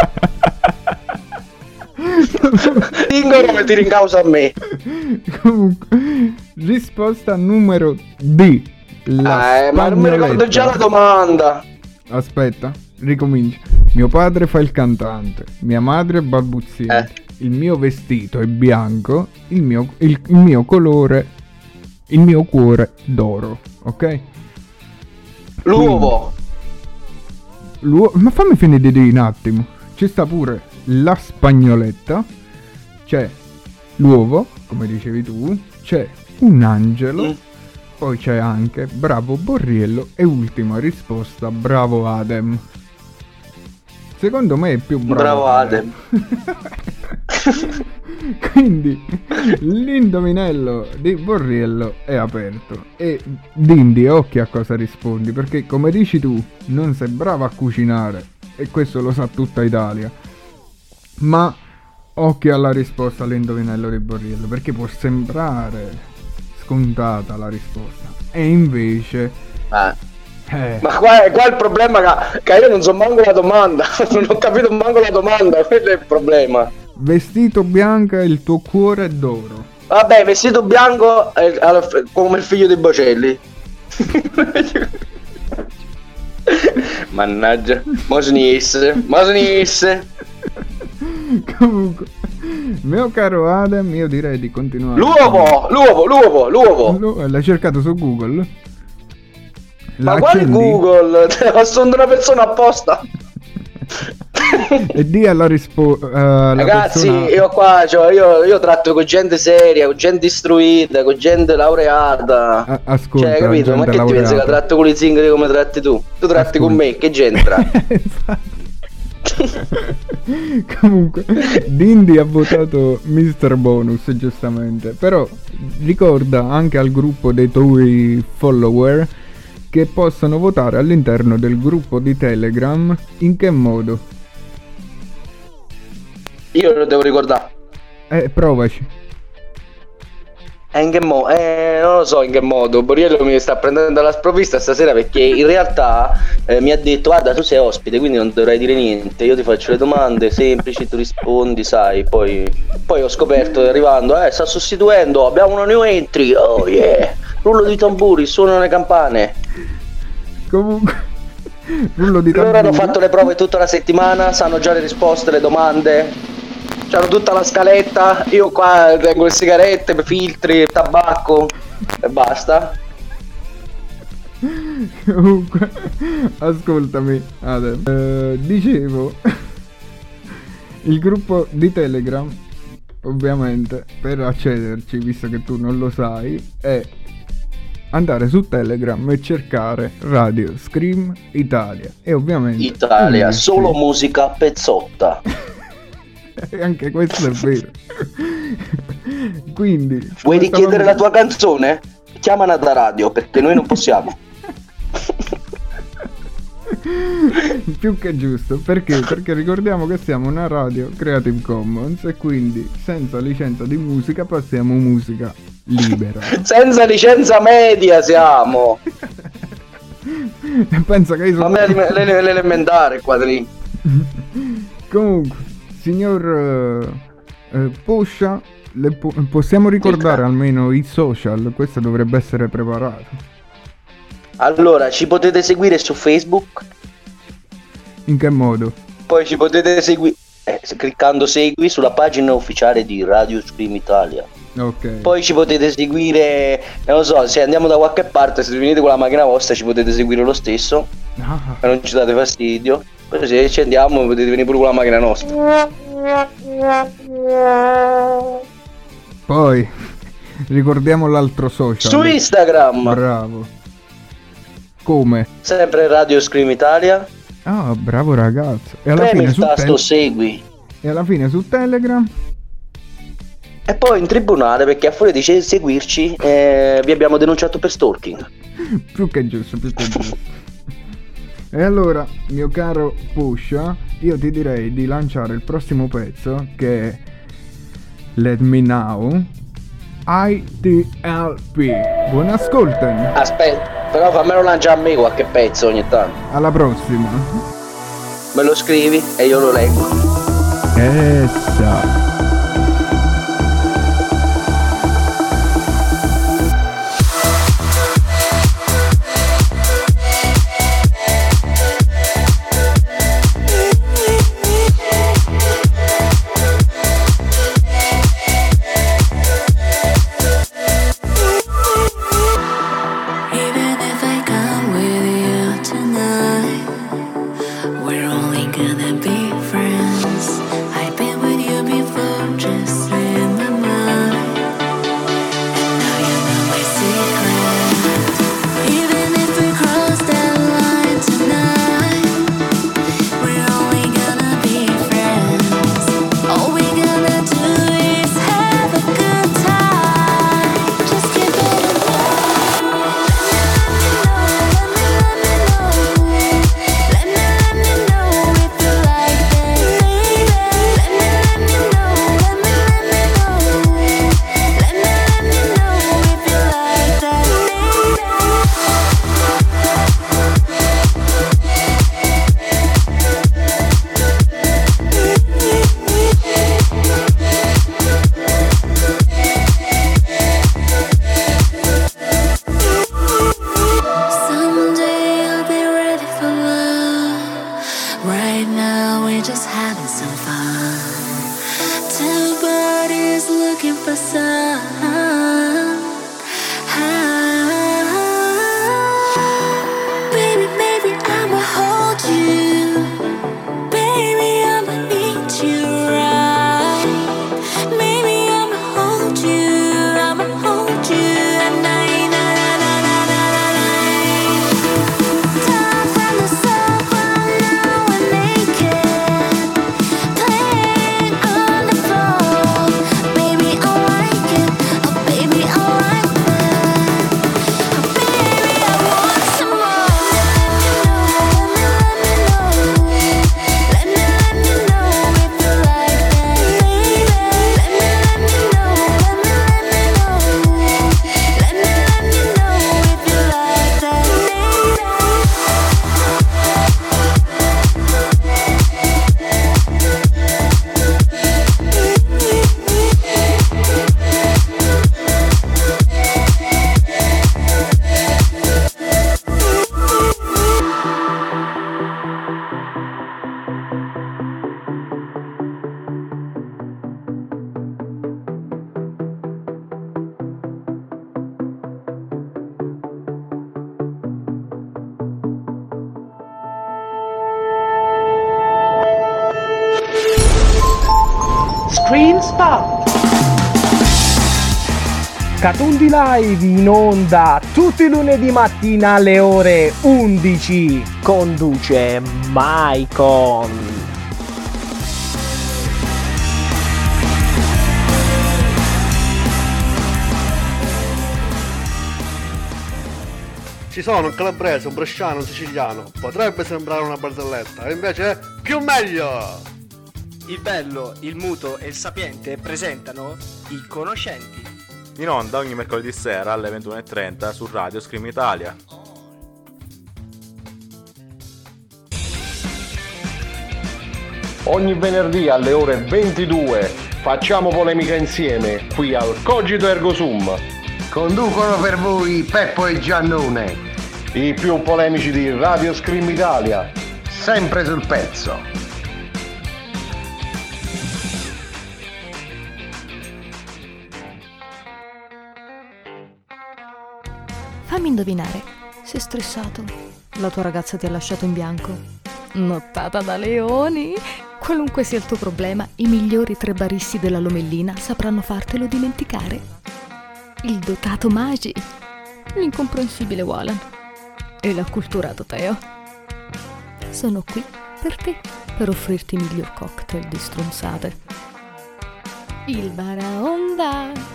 Zingaro mi tiri in causa a me. Comunque, risposta numero D. Ma non mi ricordo già la domanda. Aspetta, ricomincio. Mio padre fa il cantante, mia madre è balbuziente, il mio vestito è bianco, il mio colore, il mio cuore d'oro, ok? L'uovo. Ma fammi finire di dire un attimo. Ci sta pure la spagnoletta, c'è l'uovo, come dicevi tu, c'è un angelo, poi c'è anche bravo Borriello e ultima risposta bravo Adem. Secondo me è più bravo Adem. Quindi l'indovinello di Borriello è aperto e Dindi, occhio a cosa rispondi, perché come dici tu non sei bravo a cucinare e questo lo sa tutta Italia, ma occhio alla risposta all'indovinello di Borriello, perché può sembrare scontata la risposta e invece ma qua è il problema, che io non so manco la domanda. Non ho capito manco la domanda, quello è il problema. Vestito bianco e il tuo cuore d'oro. Vabbè, vestito bianco come il figlio dei Bocelli. Mannaggia, mo snisse. Comunque, mio caro Adem, io direi di continuare. L'uovo. L'hai cercato su Google? Ma quale Google? Te la nascondo una persona apposta. E di alla risposta. Ragazzi, persona... io tratto con gente seria, con gente istruita, con gente laureata. Ascolta, cioè, capito? Ma che laureata. Ti pensi che tratto con i zingari come tratti tu? Tu tratti con me, che c'entra? Comunque Dindi ha votato Mr. Bonus, giustamente. Però ricorda anche al gruppo dei tuoi follower che possono votare all'interno del gruppo di Telegram. In che modo? Io lo devo ricordare. Provaci. In che modo? Non lo so in che modo. Borriello mi sta prendendo alla sprovvista stasera, perché in realtà mi ha detto: guarda, tu sei ospite, quindi non dovrai dire niente, io ti faccio le domande semplici, tu rispondi, sai. Poi ho scoperto arrivando, sta sostituendo, abbiamo una new entry, oh yeah, rullo di tamburi, suonano le campane. Comunque rullo di tamburi. Loro hanno fatto le prove tutta la settimana, sanno già le risposte, le domande, c'hanno tutta la scaletta. Io qua tengo le sigarette, filtri, tabacco e basta. Comunque ascoltami Adem, dicevo il gruppo di Telegram, ovviamente, per accederci, visto che tu non lo sai, è andare su Telegram e cercare Radio Scream Italia. E ovviamente Italia, solo musica pezzotta. E anche questo è vero. Quindi vuoi richiedere la tua canzone? Chiamala da radio, perché noi non possiamo. Più che giusto, perché ricordiamo che siamo una radio Creative Commons e quindi senza licenza di musica passiamo musica libera. Senza licenza media siamo. Pensa che io sono... Ma l'elementare qua lì. Comunque, signor Poscia, possiamo ricordare almeno i social? Questo dovrebbe essere preparato. Allora, ci potete seguire su Facebook. In che modo? Poi ci potete seguire cliccando segui sulla pagina ufficiale di Radio Scream Italia. Ok. Poi ci potete seguire, non lo so, se andiamo da qualche parte, se venite con la macchina vostra ci potete seguire lo stesso. E non ci date fastidio. Poi se ci andiamo potete venire pure con la macchina nostra. Poi ricordiamo l'altro social. Su Instagram. Bravo. Come? Sempre Radio Scream Italia. Ah, bravo ragazzo. E alla premi fine il tasto segui. E alla fine su Telegram. E poi in tribunale, perché a furia di seguirci vi abbiamo denunciato per stalking. Più che giusto. E allora, mio caro Pusha, io ti direi di lanciare il prossimo pezzo, che è Let Me Know ITLP. Buon ascolto. Aspetta, però fammelo lanciare a me qualche pezzo ogni tanto. Alla prossima. Me lo scrivi e io lo leggo. Essa. some fun. Two birdies looking for some. Baby, baby, I'ma hold you. Baby, I'ma need you right. Maybe I'ma hold you. I'ma hold you at night, night, night, night, night, night. Time from the sofa, now we're naked, playing on the floor. Baby, I like it. Oh, baby, I like that. Oh, baby, I want some more. Let me know if you like that. Let me know if you like that. Screen Spot. Catundi Live in onda tutti i lunedì mattina alle ore 11. Conduce Maicon. Ci sono un calabrese, un bresciano, un siciliano. Potrebbe sembrare una barzelletta, e invece è più meglio! Il bello, il muto e il sapiente presentano I Conoscenti. In onda ogni mercoledì sera alle 21:30 su Radio Scream Italia. Ogni venerdì alle ore 22 facciamo polemica insieme qui al Cogito Ergo Sum. Conducono per voi Peppo e Giannone, i più polemici di Radio Scream Italia, sempre sul pezzo. Fammi indovinare, sei stressato? La tua ragazza ti ha lasciato in bianco? Nottata da leoni? Qualunque sia il tuo problema, i migliori 3 baristi della Lomellina sapranno fartelo dimenticare. Il dotato Magi, l'incomprensibile Walan e l'acculturato Teo sono qui per te, per offrirti il miglior cocktail di stronzate. Il Baraonda.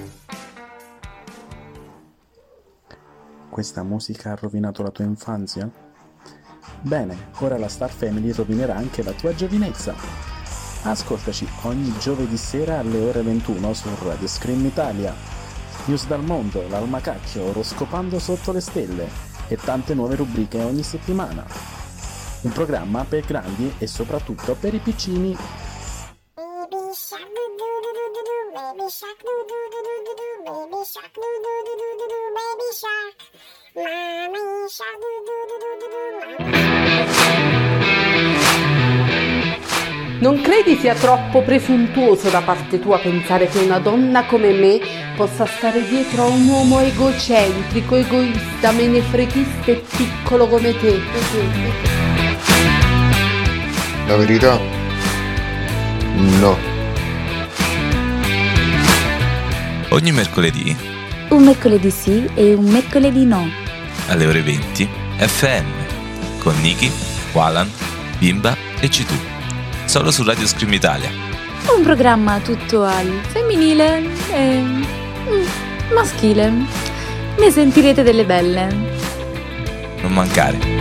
Questa musica ha rovinato la tua infanzia? Bene, ora la Star Family rovinerà anche la tua giovinezza. Ascoltaci ogni giovedì sera alle ore 21 su Radio Scream Italia. News dal mondo, l'almacacchio, oroscopando sotto le stelle e tante nuove rubriche ogni settimana. Un programma per grandi e soprattutto per i piccini. Baby shark, do do do do do do, baby shark, do do do do do do, baby shark, mommy shark, do do do do do do. Non credi sia troppo presuntuoso da parte tua pensare che una donna come me possa stare dietro a un uomo egocentrico, egoista, menefreghista e piccolo come te? La verità? No. Ogni mercoledì, un mercoledì sì e un mercoledì no, alle ore 20, FM, con Niki, Walan, Bimba e Citu, solo su Radio Scream Italia. un programma tutto al femminile e maschile. Ne sentirete delle belle. Non mancare.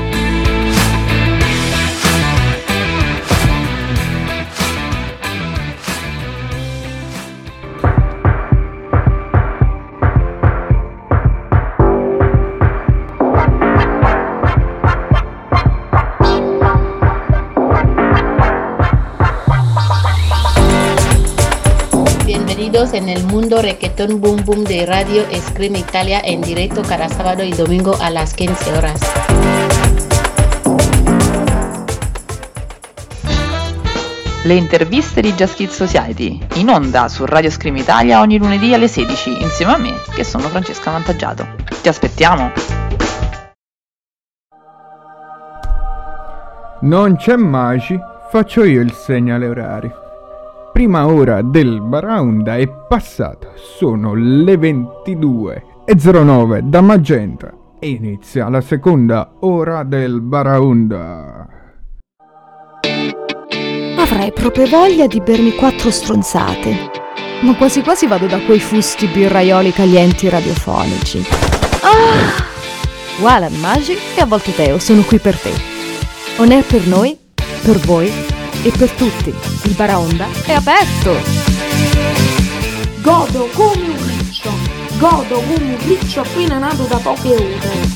En el mundo reggaeton boom boom de Radio Scream Italia en directo cada sábado y domingo a las 15 horas. Le interviste di Just Kids Society, in onda su Radio Scream Italia ogni lunedì alle 16, insieme a me, che sono Francesca Vantaggiato. Ti aspettiamo! Non c'è Magi, faccio io il segnale orario. Prima ora del Baraonda è passata, sono le 22:09 da Magenta e inizia la seconda ora del Baraonda. Avrei proprio voglia di bermi 4 stronzate, ma quasi quasi vado da quei fusti birraioli calienti radiofonici. Walan, Magi e a volte Teo sono qui per te. On air per noi, per voi e per tutti. Il Baraonda è aperto. Godo come un riccio appena nato da poche ore.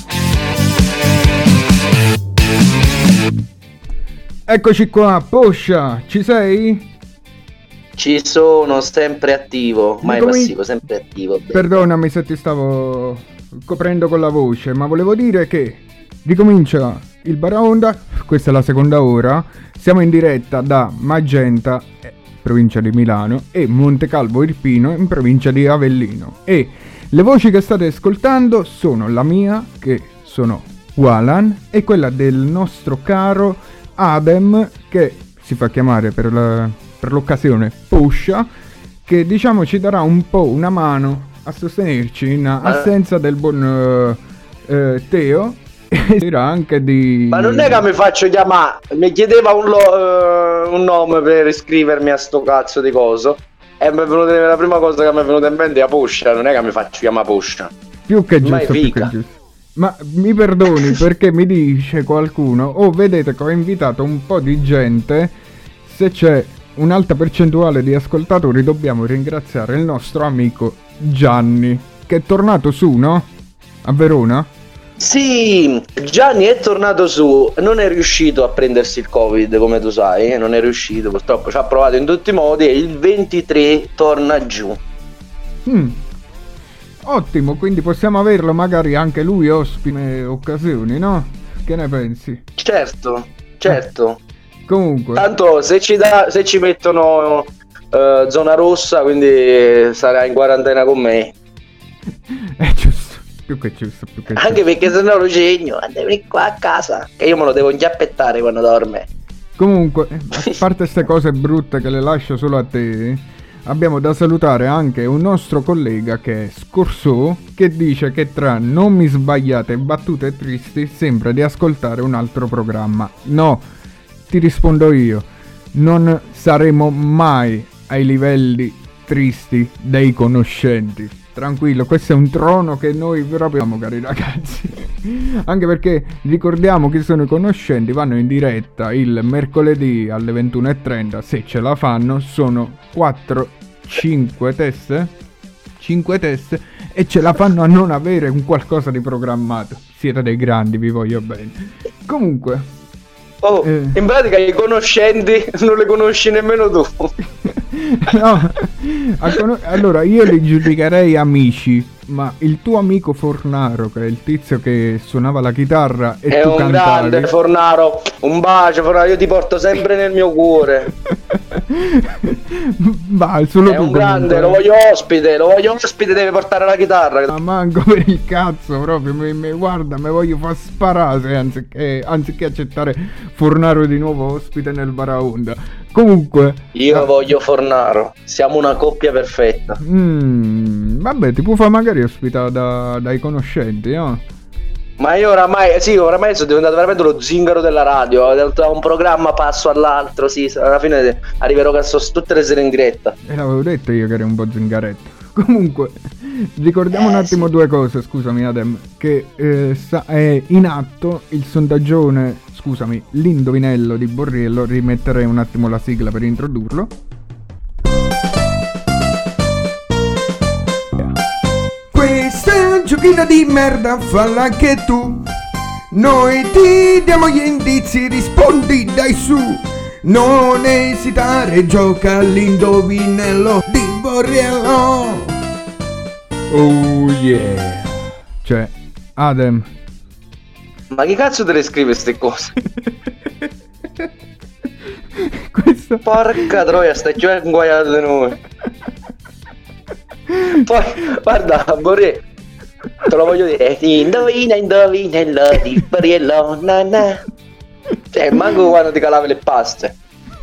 Eccoci qua, Poscia, ci sei? Ci sono, sempre attivo, mai passivo, sempre attivo. Perdonami se ti stavo coprendo con la voce, ma volevo dire che ricomincia il Baraonda, questa è la seconda ora, siamo in diretta da Magenta, provincia di Milano, e Montecalvo Irpino, in provincia di Avellino. E le voci che state ascoltando sono la mia, che sono Walan, e quella del nostro caro Adem, che si fa chiamare per l'occasione Poscia, che diciamo ci darà un po' una mano a sostenerci in assenza del buon Teo, e dirà anche di... Ma non è che mi faccio chiamare, mi chiedeva un nome per iscrivermi a sto cazzo di coso e la prima cosa che mi è venuta in mente è Poscia, non è che mi faccio chiamare Poscia. Più che giusto, più che giusto. Ma mi perdoni perché mi dice qualcuno, vedete che ho invitato un po' di gente, se c'è un'alta percentuale di ascoltatori dobbiamo ringraziare il nostro amico Gianni, che è tornato su, no? A Verona? Sì, Gianni è tornato su, non è riuscito a prendersi il Covid, come tu sai, non è riuscito, purtroppo ci ha provato in tutti i modi e il 23 torna giù. Ottimo, quindi possiamo averlo magari anche lui ospite occasioni, no? Che ne pensi? Certo. Comunque, tanto se ci mettono zona rossa, quindi sarà in quarantena con me. È giusto, più che giusto. Anche perché se no lo segno, andiamo qua a casa, che io me lo devo inchiappettare quando dorme. Comunque, a parte queste cose brutte che le lascio solo a te, abbiamo da salutare anche un nostro collega che è Scorsò, che dice che tra non mi sbagliate e battute tristi sembra di ascoltare un altro programma. No, ti rispondo io, non saremo mai ai livelli tristi dei conoscenti. Tranquillo, questo è un trono che noi proprio abbiamo, cari ragazzi. Anche perché ricordiamo che sono i conoscenti, vanno in diretta il mercoledì alle 21:30, se ce la fanno, sono 5 teste e ce la fanno a non avere un qualcosa di programmato. Siete dei grandi, vi voglio bene. Comunque in pratica i conoscenti non le conosci nemmeno tu. No, allora io li giudicherei amici, ma il tuo amico Fornaro, che è il tizio che suonava la chitarra e è tu un cantavi, grande Fornaro, un bacio Fornaro, io ti porto sempre nel mio cuore. Solo è tu un grande, lo voglio ospite, deve portare la chitarra. Ma manco per il cazzo, proprio guarda, mi voglio far sparare anziché accettare Fornaro di nuovo ospite nel Baraonda. Comunque io voglio Fornaro, siamo una coppia perfetta. Vabbè, ti può fare magari ospitare dai conoscenti, no? Ma io oramai sono diventato veramente lo zingaro della radio. Da un programma passo all'altro, sì, alla fine arriverò tutte le sere in diretta. E l'avevo detto io che eri un po' zingaretto. Comunque, ricordiamo un attimo due cose, scusami Adem, che è in atto il sondaggione, l'indovinello di Borriello. Rimetterei un attimo la sigla per introdurlo. Questa è una giochina di merda, falla anche tu. Noi ti diamo gli indizi, rispondi dai su. Non esitare, gioca all'indovinello di Borriello. Oh yeah. Cioè, Adem, ma che cazzo te le scrive ste cose? questa? Porca troia, stai già inguaiato di noi. Poi, guarda, Borre, te lo voglio dire. Indovina il di Bariello, na. Cioè, manco quando ti calavi le paste.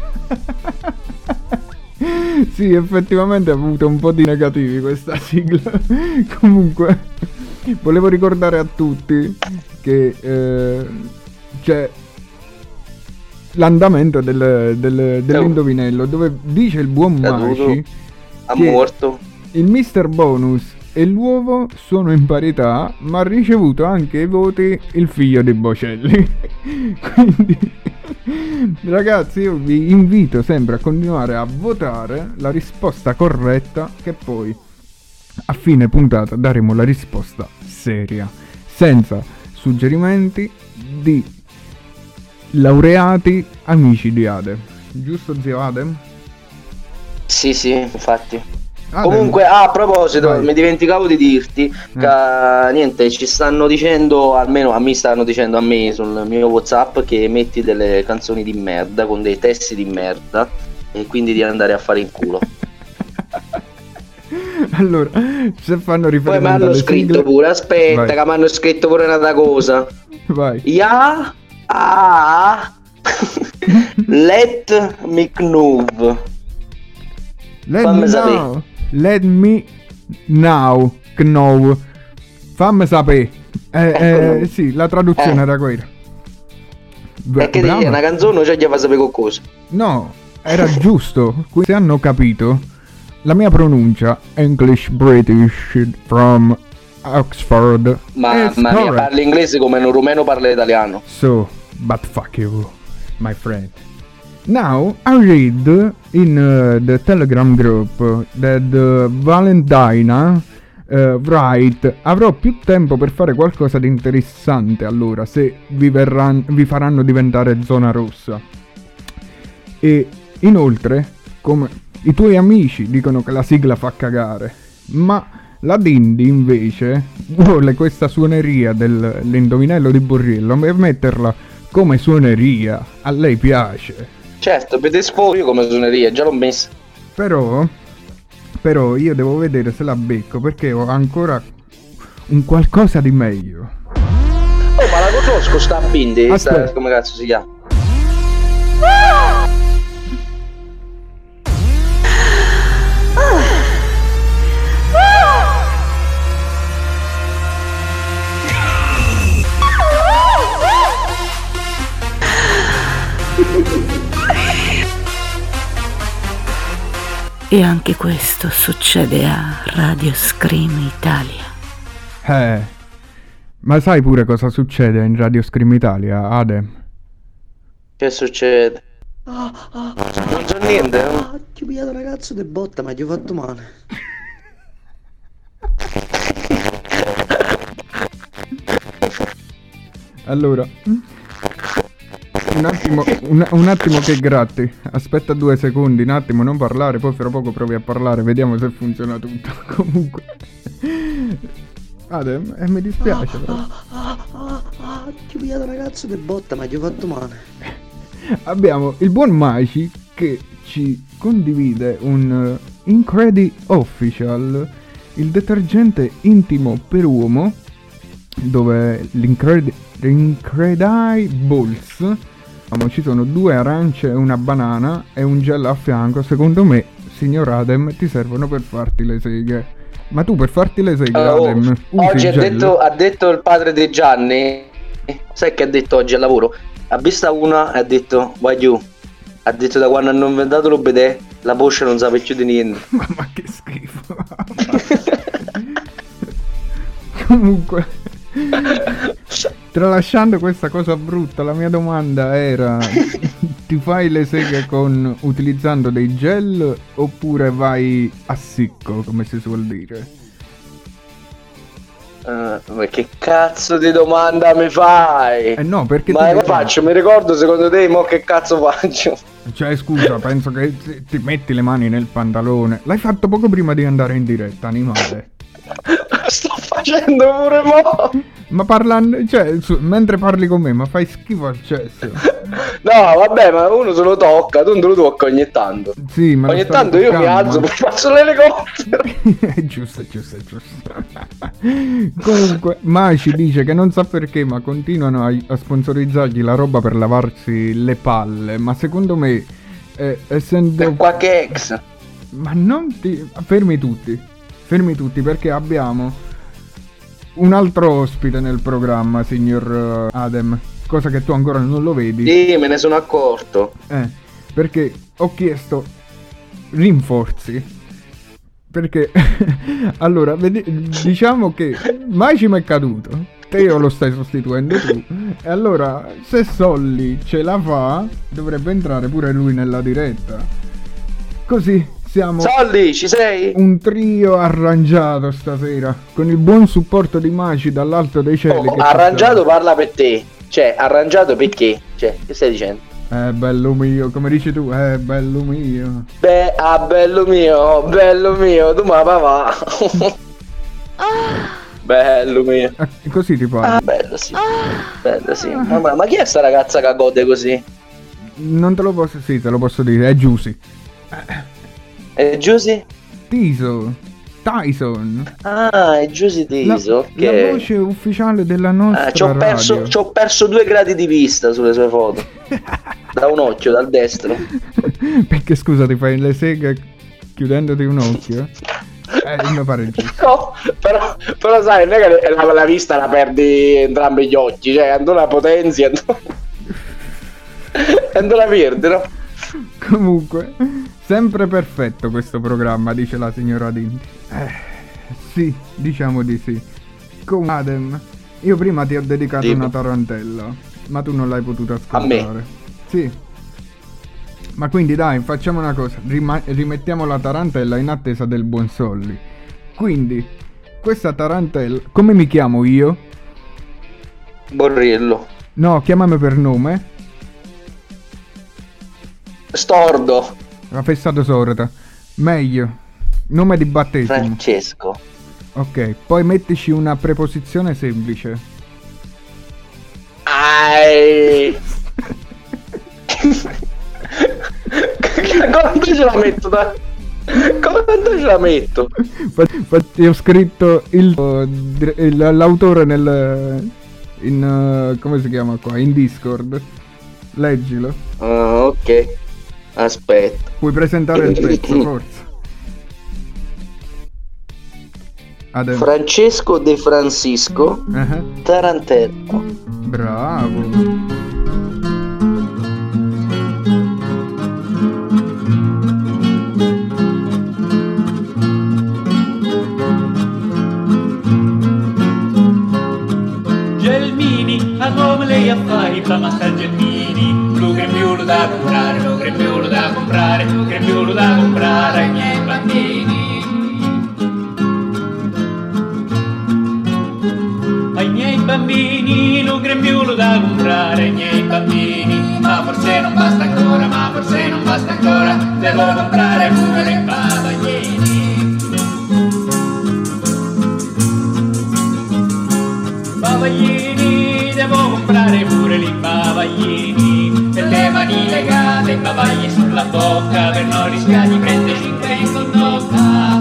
Sì, effettivamente ha avuto un po' di negativi questa sigla. Comunque, volevo ricordare a tutti che c'è l'andamento dell'indovinello, dove dice il buon Maci ha morto. Il Mr. Bonus e l'uovo sono in parità, ma ha ricevuto anche i voti il figlio di Bocelli. Quindi, ragazzi, io vi invito sempre a continuare a votare la risposta corretta, che poi a fine puntata daremo la risposta seria, senza suggerimenti di laureati amici di Adem. Giusto, zio Adem? Sì, infatti. Adem. Comunque, a proposito, mi dimenticavo di dirti che niente, ci stanno dicendo, almeno a me stanno dicendo, a me sul mio WhatsApp, che metti delle canzoni di merda con dei testi di merda e quindi di andare a fare in culo. Allora, se fanno riferimento poi mi hanno scritto sigle... pure, aspetta, Vai. che mi hanno scritto pure un'altra cosa. Vai. Let me know. Fammi sapere. Let me now know. Fammi sapere. Sì, la traduzione era quella. Perché è una canzone o già gli fa sapere qualcosa? No, era giusto. Questi hanno capito la mia pronuncia English British from Oxford. Mamma mia, parli inglese come un rumeno parla italiano. So, but fuck you, my friend. Now I read in the Telegram group that Valentina write: avrò più tempo per fare qualcosa di interessante allora se vi faranno diventare zona rossa. E inoltre, come i tuoi amici dicono che la sigla fa cagare, ma la Dindy invece vuole questa suoneria dell'indovinello di Borriello per metterla come suoneria. A lei piace. Certo, per te sfoglio come suoneria, già l'ho messa. Però io devo vedere se la becco, perché ho ancora un qualcosa di meglio. Oh, ma la conosco sta Bindi, come cazzo si chiama? E anche questo succede a Radio Scream Italia. Ma sai pure cosa succede in Radio Scream Italia, Adem? Che succede? Non c'è niente, no? Ti ho pigliato una cazzo di botta, ma ti ho fatto male. Allora, un attimo che gratti. Aspetta 2 secondi, un attimo, non parlare, poi fra poco provi a parlare, vediamo se funziona tutto. Comunque, Adem, mi dispiace però. Ti ho pigliato una cazzo di botta, ma ti ho fatto male. Abbiamo il buon Maci che ci condivide un Incredi Official, il detergente intimo per uomo, dove l'Incredibles, ci sono 2 arance, una banana e un gel a fianco. Secondo me, signor Adem, ti servono per farti le seghe. Ma tu per farti le seghe, Adem, oggi ha detto il padre di Gianni, sai che ha detto oggi al lavoro? Ha visto una e ha detto voglio. Ha detto da quando hanno inventato lo bidet la poscia non sa più di niente. Ma che schifo. Comunque, tralasciando questa cosa brutta, la mia domanda era: ti fai le seghe utilizzando dei gel oppure vai a sicco, come si suol dire? Ma che cazzo di domanda mi fai? No, perché ma che faccio? Mi ricordo, secondo te, mo che cazzo faccio? Cioè, scusa, penso che ti metti le mani nel pantalone. L'hai fatto poco prima di andare in diretta, animale. Sto facendo pure mo'. Ma parlando, cioè, mentre parli con me, ma fai schifo al cesso. No, vabbè, ma uno se lo tocca, tu non te lo tocca ogni tanto. Sì, ma ogni tanto io mi alzo, ma... faccio l'elicottero. È giusto. Comunque, Maci dice che non sa perché, ma continuano a sponsorizzargli la roba per lavarsi le palle. Ma secondo me, essendo... Per qualche ex. Ma non ti... Fermi tutti, perché abbiamo un altro ospite nel programma, signor Adem. Cosa che tu ancora non lo vedi. Sì, me ne sono accorto. Perché ho chiesto rinforzi. Perché allora, diciamo che Maci mi è caduto, te lo stai sostituendo tu. E allora, se Solly ce la fa, dovrebbe entrare pure lui nella diretta. Così siamo Solly, ci sei? Un trio arrangiato stasera, con il buon supporto di Maci dall'alto dei cieli. Arrangiato parla per te. Cioè, arrangiato perché? Cioè, che stai dicendo? Bello mio, come dici tu, bello mio. Bello mio, tu ma va. Bello mio. Così ti parli. Bello sì. Bello sì. Ma chi è sta ragazza che gode così? Non te lo posso, sì, te lo posso dire, è Giusy. È Giusy? Tyson. Ah, è Giusy Tiso. La voce ufficiale della nostra radio. Ci ho perso 2 gradi di vista sulle sue foto. Da un occhio, dal destro. Perché scusa, ti fai le seghe chiudendoti un occhio? Mi pare giusto. No, però sai, non è che la vista la perdi entrambi gli occhi. Cioè, quando la potenzi, quando la perdi, no? Comunque, sempre perfetto questo programma, dice la signora Dinti. Sì, diciamo di sì. Con Adem, io prima ti ho dedicato una tarantella, ma tu non l'hai potuta ascoltare. A me? Sì. Ma quindi dai, facciamo una cosa, rimettiamo la tarantella in attesa del buon Solly. Quindi, questa tarantella, come mi chiamo io? Borrillo. No, chiamami per nome. Stordo. La fessata sorda. Meglio. Nome di battesimo. Francesco. Ok, poi mettici una preposizione semplice. Ai. Quanto ce la metto? Quanto ce la metto? Infatti ho scritto l'autore come si chiama qua? In Discord. Leggilo. Ok. Aspetta. Puoi presentare il pezzo, forza. Francesco De Francisco Tarantella. Bravo. Gelmini, a come lei affari, fa massa Gelmini. Lo grembiolo da comprare, lo grembiolo da comprare, lo grembiolo da comprare ai miei bambini. Ai miei bambini, lo grembiolo da comprare ai miei bambini. Ma forse non basta ancora, ma forse non basta ancora, devo comprare pure le bavaglini. Bavaglini, devo comprare pure i bavaglini. Per le mani legate, bavagli sulla bocca, per non rischiare di prendere 5 in condotta.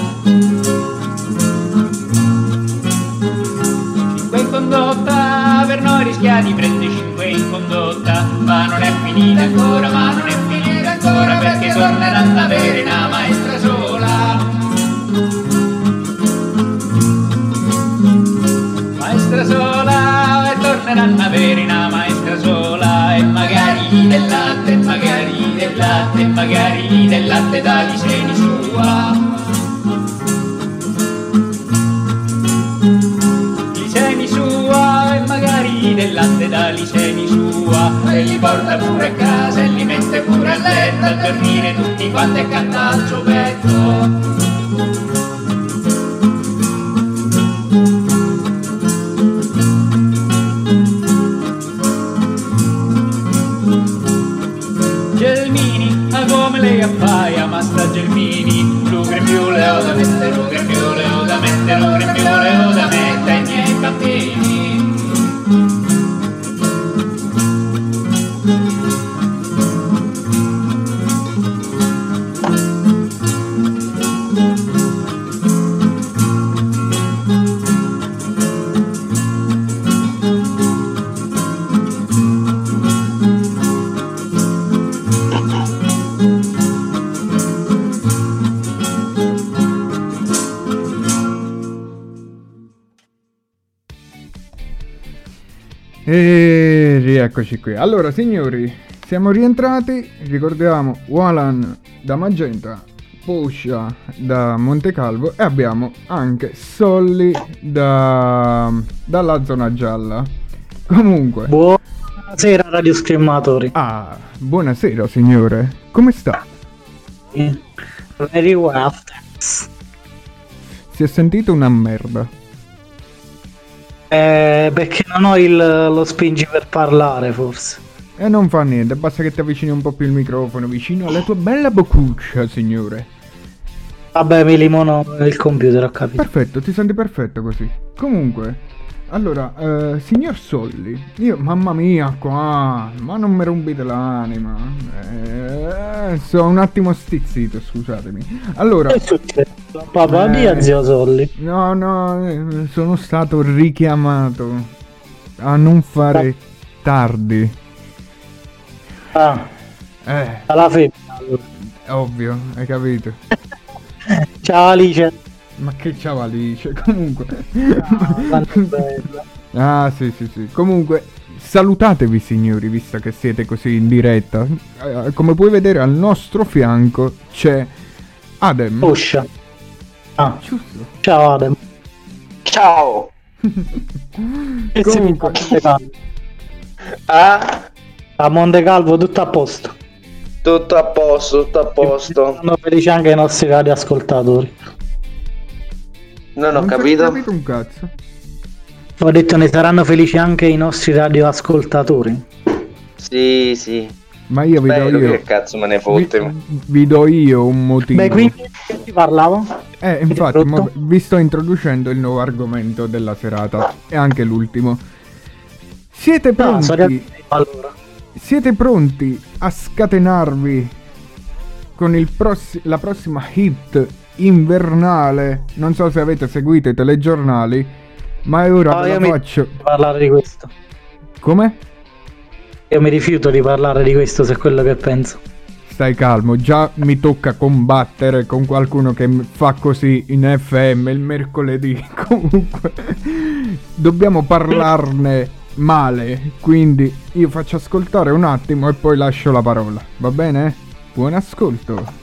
5 in condotta, per non rischiare di prendere 5 in condotta. Ma non è finita ancora, ma non è finita ancora, perché torneranno ad avere una maestra sola. Maestra sola, e torneranno ad avere una maestra sola. E magari del latte, magari del latte, magari del latte dagli seni sua. Gli seni sua, e magari del latte dagli seni sua. E li porta pure a casa e li mette pure a letto, a dormire tutti quanti e canta al suo petto. Gelmini, a come lei appaia, ma sta Gelmini. Lo grembiule o da mettere, lo grembiule o da mettere, lo grembiule o da mettere. cammini. E rieccoci qui. Allora signori, siamo rientrati. Ricordiamo Walan da Magenta, Poscia da Montecalvo e abbiamo anche Solly dalla zona gialla. Comunque, buonasera radioscreamatori. Ah, buonasera signore. Come sta? Very well, thanks. Si è sentito una merda. Perché non ho lo spingi per parlare, forse. E non fa niente, basta che ti avvicini un po' più il microfono vicino alla tua bella boccuccia, signore. Vabbè, mi limono il computer, ho capito. Perfetto, ti senti perfetto così. Comunque, allora, signor Solly, io, mamma mia, qua, ma non mi rompite l'anima. Sono un attimo stizzito, scusatemi. Allora, che è successo? Papà mia, zio Solly. No, sono stato richiamato a non fare tardi. Alla femmina, allora. Ovvio, hai capito. Ciao Alice. Ma che ciao Alice, comunque. Bella. Ah, sì. Comunque, salutatevi signori, visto che siete così in diretta. Come puoi vedere al nostro fianco c'è Adem. Poscia. Ah, giusto. Ciao Adem. Ciao. Comunque. A Montecalvo tutto a posto. Tutto a posto. Sono felici anche i nostri radioascoltatori. Non ho capito. Non ho capito un cazzo. Ho detto ne saranno felici anche i nostri radioascoltatori. Sì. Ma io vi do io. Che cazzo me ne fotte? Vi do io un motivo. Beh, quindi che ti parlavo? Infatti, vi sto introducendo il nuovo argomento della serata e anche l'ultimo. Siete pronti? Allora. Siete pronti a scatenarvi con la prossima hit invernale? Non so se avete seguito i telegiornali, ma ora ve la faccio. Parlare di questo. Come? Io mi rifiuto di parlare di questo, se è quello che penso. Stai calmo, già mi tocca combattere con qualcuno che fa così in FM il mercoledì. Comunque dobbiamo parlarne male, quindi io faccio ascoltare un attimo e poi lascio la parola, va bene? Buon ascolto.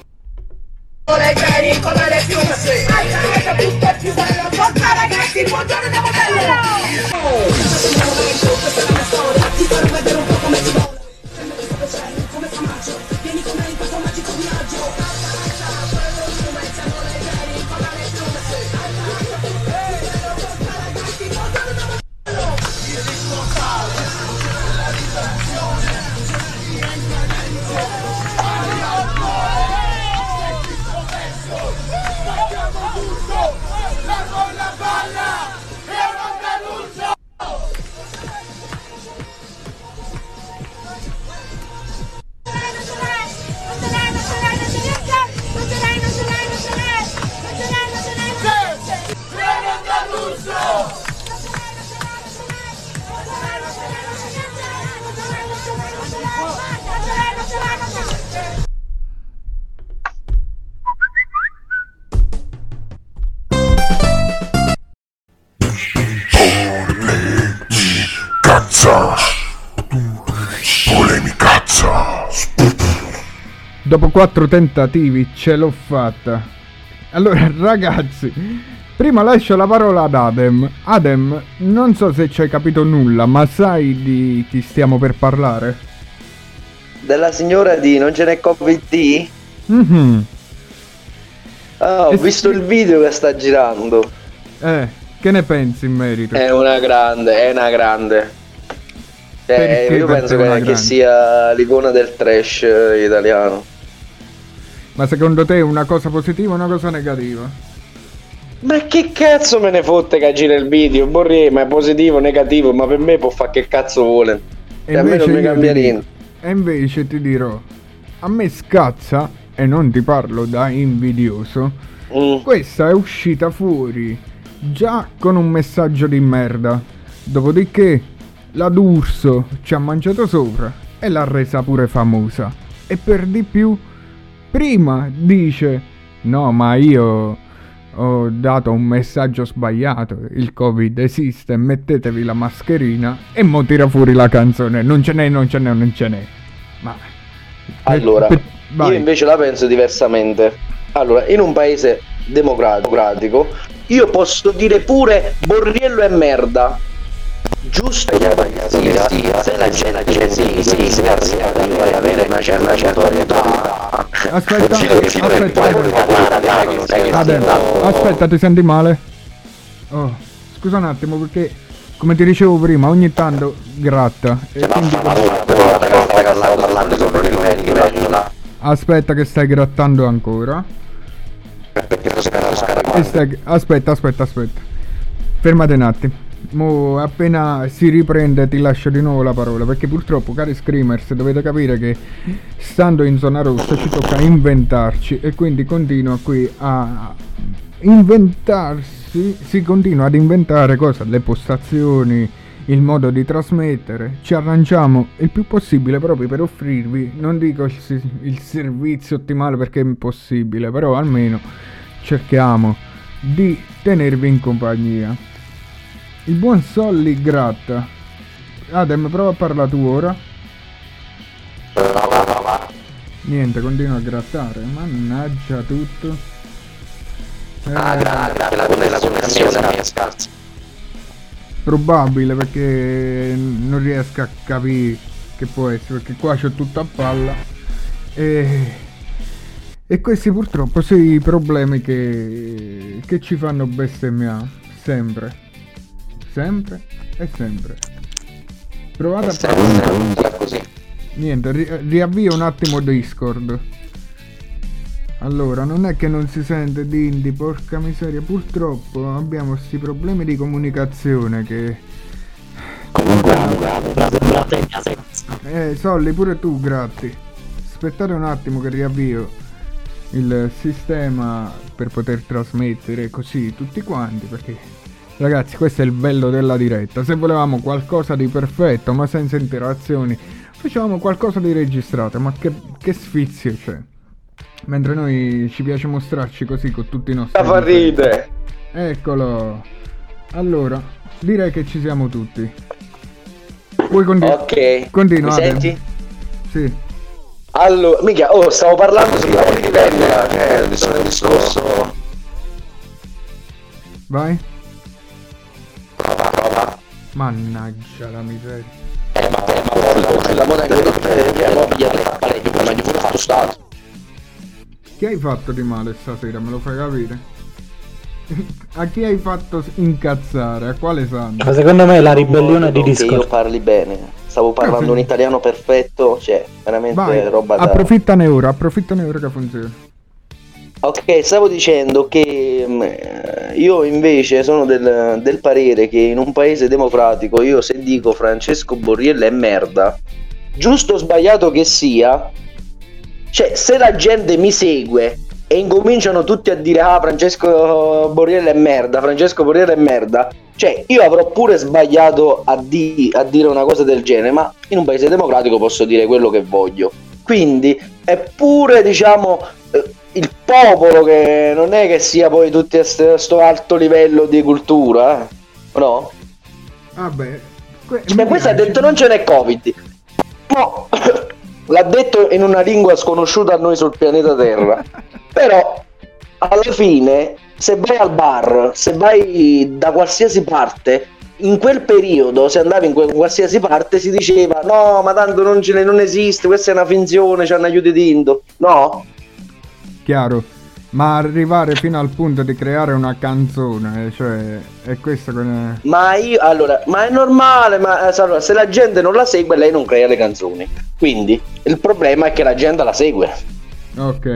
Dopo 4 tentativi ce l'ho fatta. Allora ragazzi, prima lascio la parola ad Adem. Adem, non so se ci hai capito nulla, ma sai di chi stiamo per parlare? Della signora di Non ce n'è Covid? Mm-hmm. Ho visto il video che sta girando. Che ne pensi in merito? È una grande. Io penso che sia l'icona del trash italiano. Ma secondo te è una cosa positiva o una cosa negativa? Ma che cazzo me ne fotte che gira il video? Borrier, ma è positivo o negativo, ma per me può fare che cazzo vuole. E a me non mi cambia niente. E invece ti dirò, a me scazza, e non ti parlo da invidioso, questa è uscita fuori già con un messaggio di merda. Dopodiché la D'Urso ci ha mangiato sopra e l'ha resa pure famosa. E per di più, prima dice, no ma io ho dato un messaggio sbagliato, il Covid esiste, mettetevi la mascherina, e mo tira fuori la canzone, non ce n'è. Ma allora, io invece la penso diversamente. Allora, in un paese democratico io posso dire pure Borriello è merda, giusto? Se la gente si vai avere una certa notorietà. Aspetta, ti senti male? Oh, scusa un attimo, perché come ti dicevo prima, ogni tanto gratta. E quindi... Aspetta che stai grattando ancora. Aspetta. Fermate un attimo. Mo appena si riprende ti lascio di nuovo la parola, perché purtroppo, cari screamers, dovete capire che stando in zona rossa ci tocca inventarci, e quindi continua qui a inventarsi, si continua ad inventare cosa? Le postazioni, il modo di trasmettere. Ci arrangiamo il più possibile proprio per offrirvi, non dico il servizio ottimale perché è impossibile, però almeno cerchiamo di tenervi in compagnia. Il buon Solly gratta. Adem, prova a parlare tu ora. Niente, continua a grattare. Mannaggia tutto. Probabile, perché non riesco a capire che può essere, perché qua c'ho tutto a palla. E questi purtroppo sono i problemi che ci fanno bestemmiare sempre. Sempre. Provate a parlare così. Niente, riavvio un attimo Discord. Allora, non è che non si sente Dindy, porca miseria, purtroppo abbiamo sti problemi di comunicazione che... Solly, pure tu gratti. Aspettate un attimo che riavvio il sistema per poter trasmettere così tutti quanti, perché... Ragazzi, questo è il bello della diretta. Se volevamo qualcosa di perfetto ma senza interazioni, facevamo qualcosa di registrato. Ma che sfizio c'è? Mentre noi ci piace mostrarci così con tutti i nostri... fa ridere. Eccolo. Allora, direi che ci siamo tutti. Vuoi ok. Continua. Mi senti? Sì. Allora, mica, stavo parlando sulla politica, che è il discorso. Vai. Prova. Mannaggia la miseria. Ma la moda che fatto stato. Che hai fatto di male stasera? Me lo fai capire? A chi hai fatto incazzare? A quale santo? Ma secondo me è la ribellione di Discord. Che io parli bene. Stavo parlando un italiano perfetto, cioè veramente roba da... Approfittane ora che funziona. Ok, stavo dicendo che io invece sono del parere che in un paese democratico, io se dico Francesco Borriello è merda, giusto o sbagliato che sia, cioè se la gente mi segue e incominciano tutti a dire Francesco Borriello è merda, cioè io avrò pure sbagliato a dire una cosa del genere, ma in un paese democratico posso dire quello che voglio. Quindi è pure, diciamo, il popolo che non è che sia poi tutti a sto alto livello di cultura, no? Vabbè, questo ha detto non ce n'è Covid, no, l'ha detto in una lingua sconosciuta a noi sul pianeta Terra. Però alla fine, se vai al bar, se vai da qualsiasi parte, in quel periodo, se andavi in qualsiasi parte, si diceva no, ma tanto non esiste, questa è una finzione, c'hanno aiuti d'indo, no? Chiaro, ma arrivare fino al punto di creare una canzone, cioè è questo che... Ma è normale, ma se la gente non la segue, lei non crea le canzoni, quindi il problema è che la gente la segue. Ok.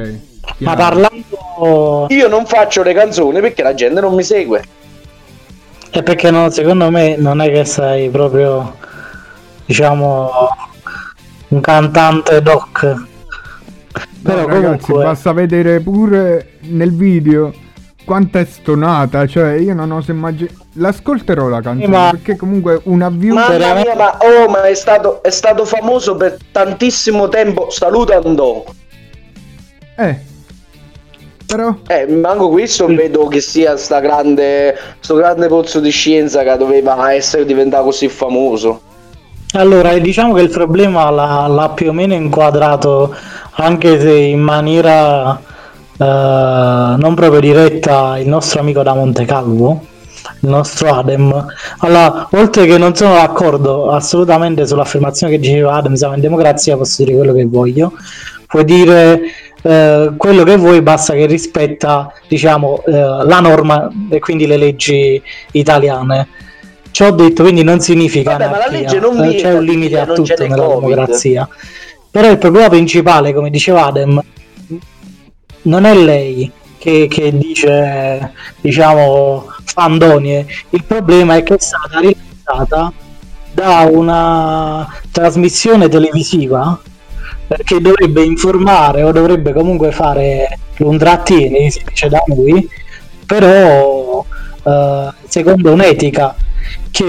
Ma parlando... Io non faccio le canzoni perché la gente non mi segue. È perché secondo me non è che sei proprio, diciamo, un cantante doc. Però no, ragazzi, comunque... basta vedere pure nel video quanto è stonata, cioè io non oso immaginare. L'ascolterò la canzone perché comunque una view. Mamma mia, ma è stato famoso per tantissimo tempo. Saluta Andò. Però manco questo vedo che sia sto grande pozzo di scienza che doveva essere diventato così famoso. Allora, diciamo che il problema l'ha più o meno inquadrato, anche se in maniera non proprio diretta, il nostro amico da Montecalvo, il nostro Adem. Allora, oltre che non sono d'accordo assolutamente sull'affermazione che diceva Adem, siamo in democrazia, posso dire quello che voglio, puoi dire quello che vuoi, basta che rispetta, diciamo, la norma e quindi le leggi italiane. Ci ho detto, quindi non significa ma la legge non vieta, c'è un limite a non tutto c'è nella Covid. democrazia. Però il problema principale, come diceva Adem, non è lei che dice, diciamo, fandonie. Il problema è che è stata realizzata da una trasmissione televisiva che dovrebbe informare o dovrebbe comunque fare un trattini, si dice da noi, però secondo un'etica che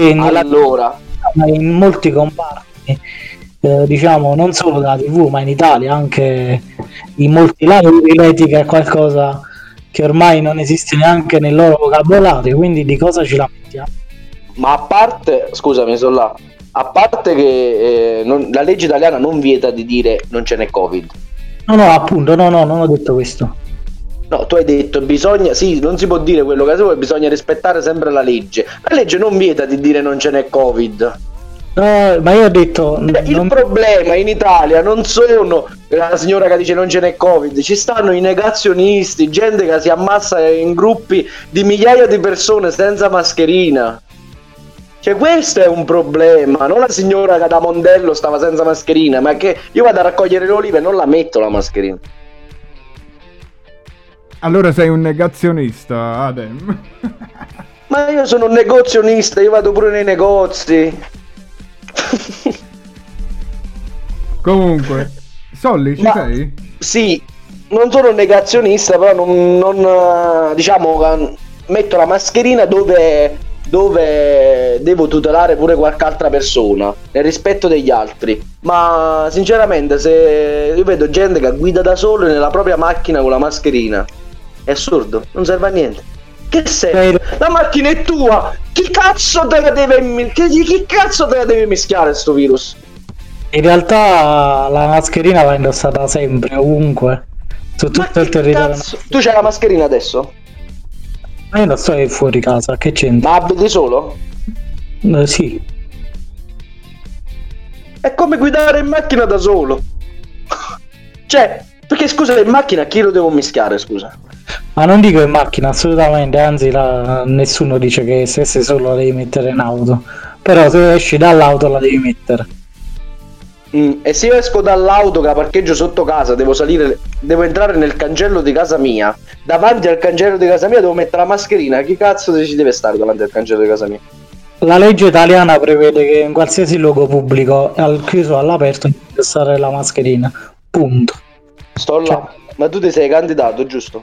in molti comparti, diciamo non solo da TV ma in Italia anche in molti lavori, l'etica è qualcosa che ormai non esiste neanche nel loro vocabolario, quindi di cosa ci lamentiamo? Ma a parte, scusami, sono là, a parte che la legge italiana non vieta di dire non ce n'è Covid. No, appunto, no, non ho detto questo. No, tu hai detto bisogna, sì, non si può dire quello che si vuole, bisogna rispettare sempre la legge. La legge non vieta di dire non ce n'è Covid. Ma io ho detto... Il problema in Italia non sono la signora che dice non ce n'è Covid, ci stanno i negazionisti, gente che si ammassa in gruppi di migliaia di persone senza mascherina. Cioè questo è un problema, non la signora che da Mondello stava senza mascherina, ma che io vado a raccogliere le olive e non la metto la mascherina. Allora sei un negazionista, Adem. Ma io sono un negozionista, io vado pure nei negozi. Comunque, Solly, ci sei? Sì, non sono un negazionista, però non diciamo, metto la mascherina dove devo tutelare pure qualche altra persona, nel rispetto degli altri. Ma sinceramente, se io vedo gente che guida da solo nella propria macchina con la mascherina, è assurdo, non serve a niente. Che serve? La macchina è tua, chi cazzo te la deve mischiare sto virus? In realtà la mascherina va indossata sempre, ovunque, su tutto il territorio. Tu c'hai la mascherina adesso? Ma io non sto fuori casa, che c'entra? Ma abiti solo? Sì. È come guidare in macchina da solo. Cioè, perché scusa, in macchina chi lo devo mischiare, scusa? Ma non dico in macchina, assolutamente, anzi nessuno dice che se sei solo la devi mettere in auto. Però se esci dall'auto la devi mettere. E se io esco dall'auto che la parcheggio sotto casa, devo entrare nel cancello di casa mia. Davanti al cancello di casa mia devo mettere la mascherina. Chi cazzo ci deve stare davanti al cancello di casa mia? La legge italiana prevede che in qualsiasi luogo pubblico, al chiuso o all'aperto, deve stare la mascherina. Punto. Sto là. Ma tu ti sei candidato, giusto?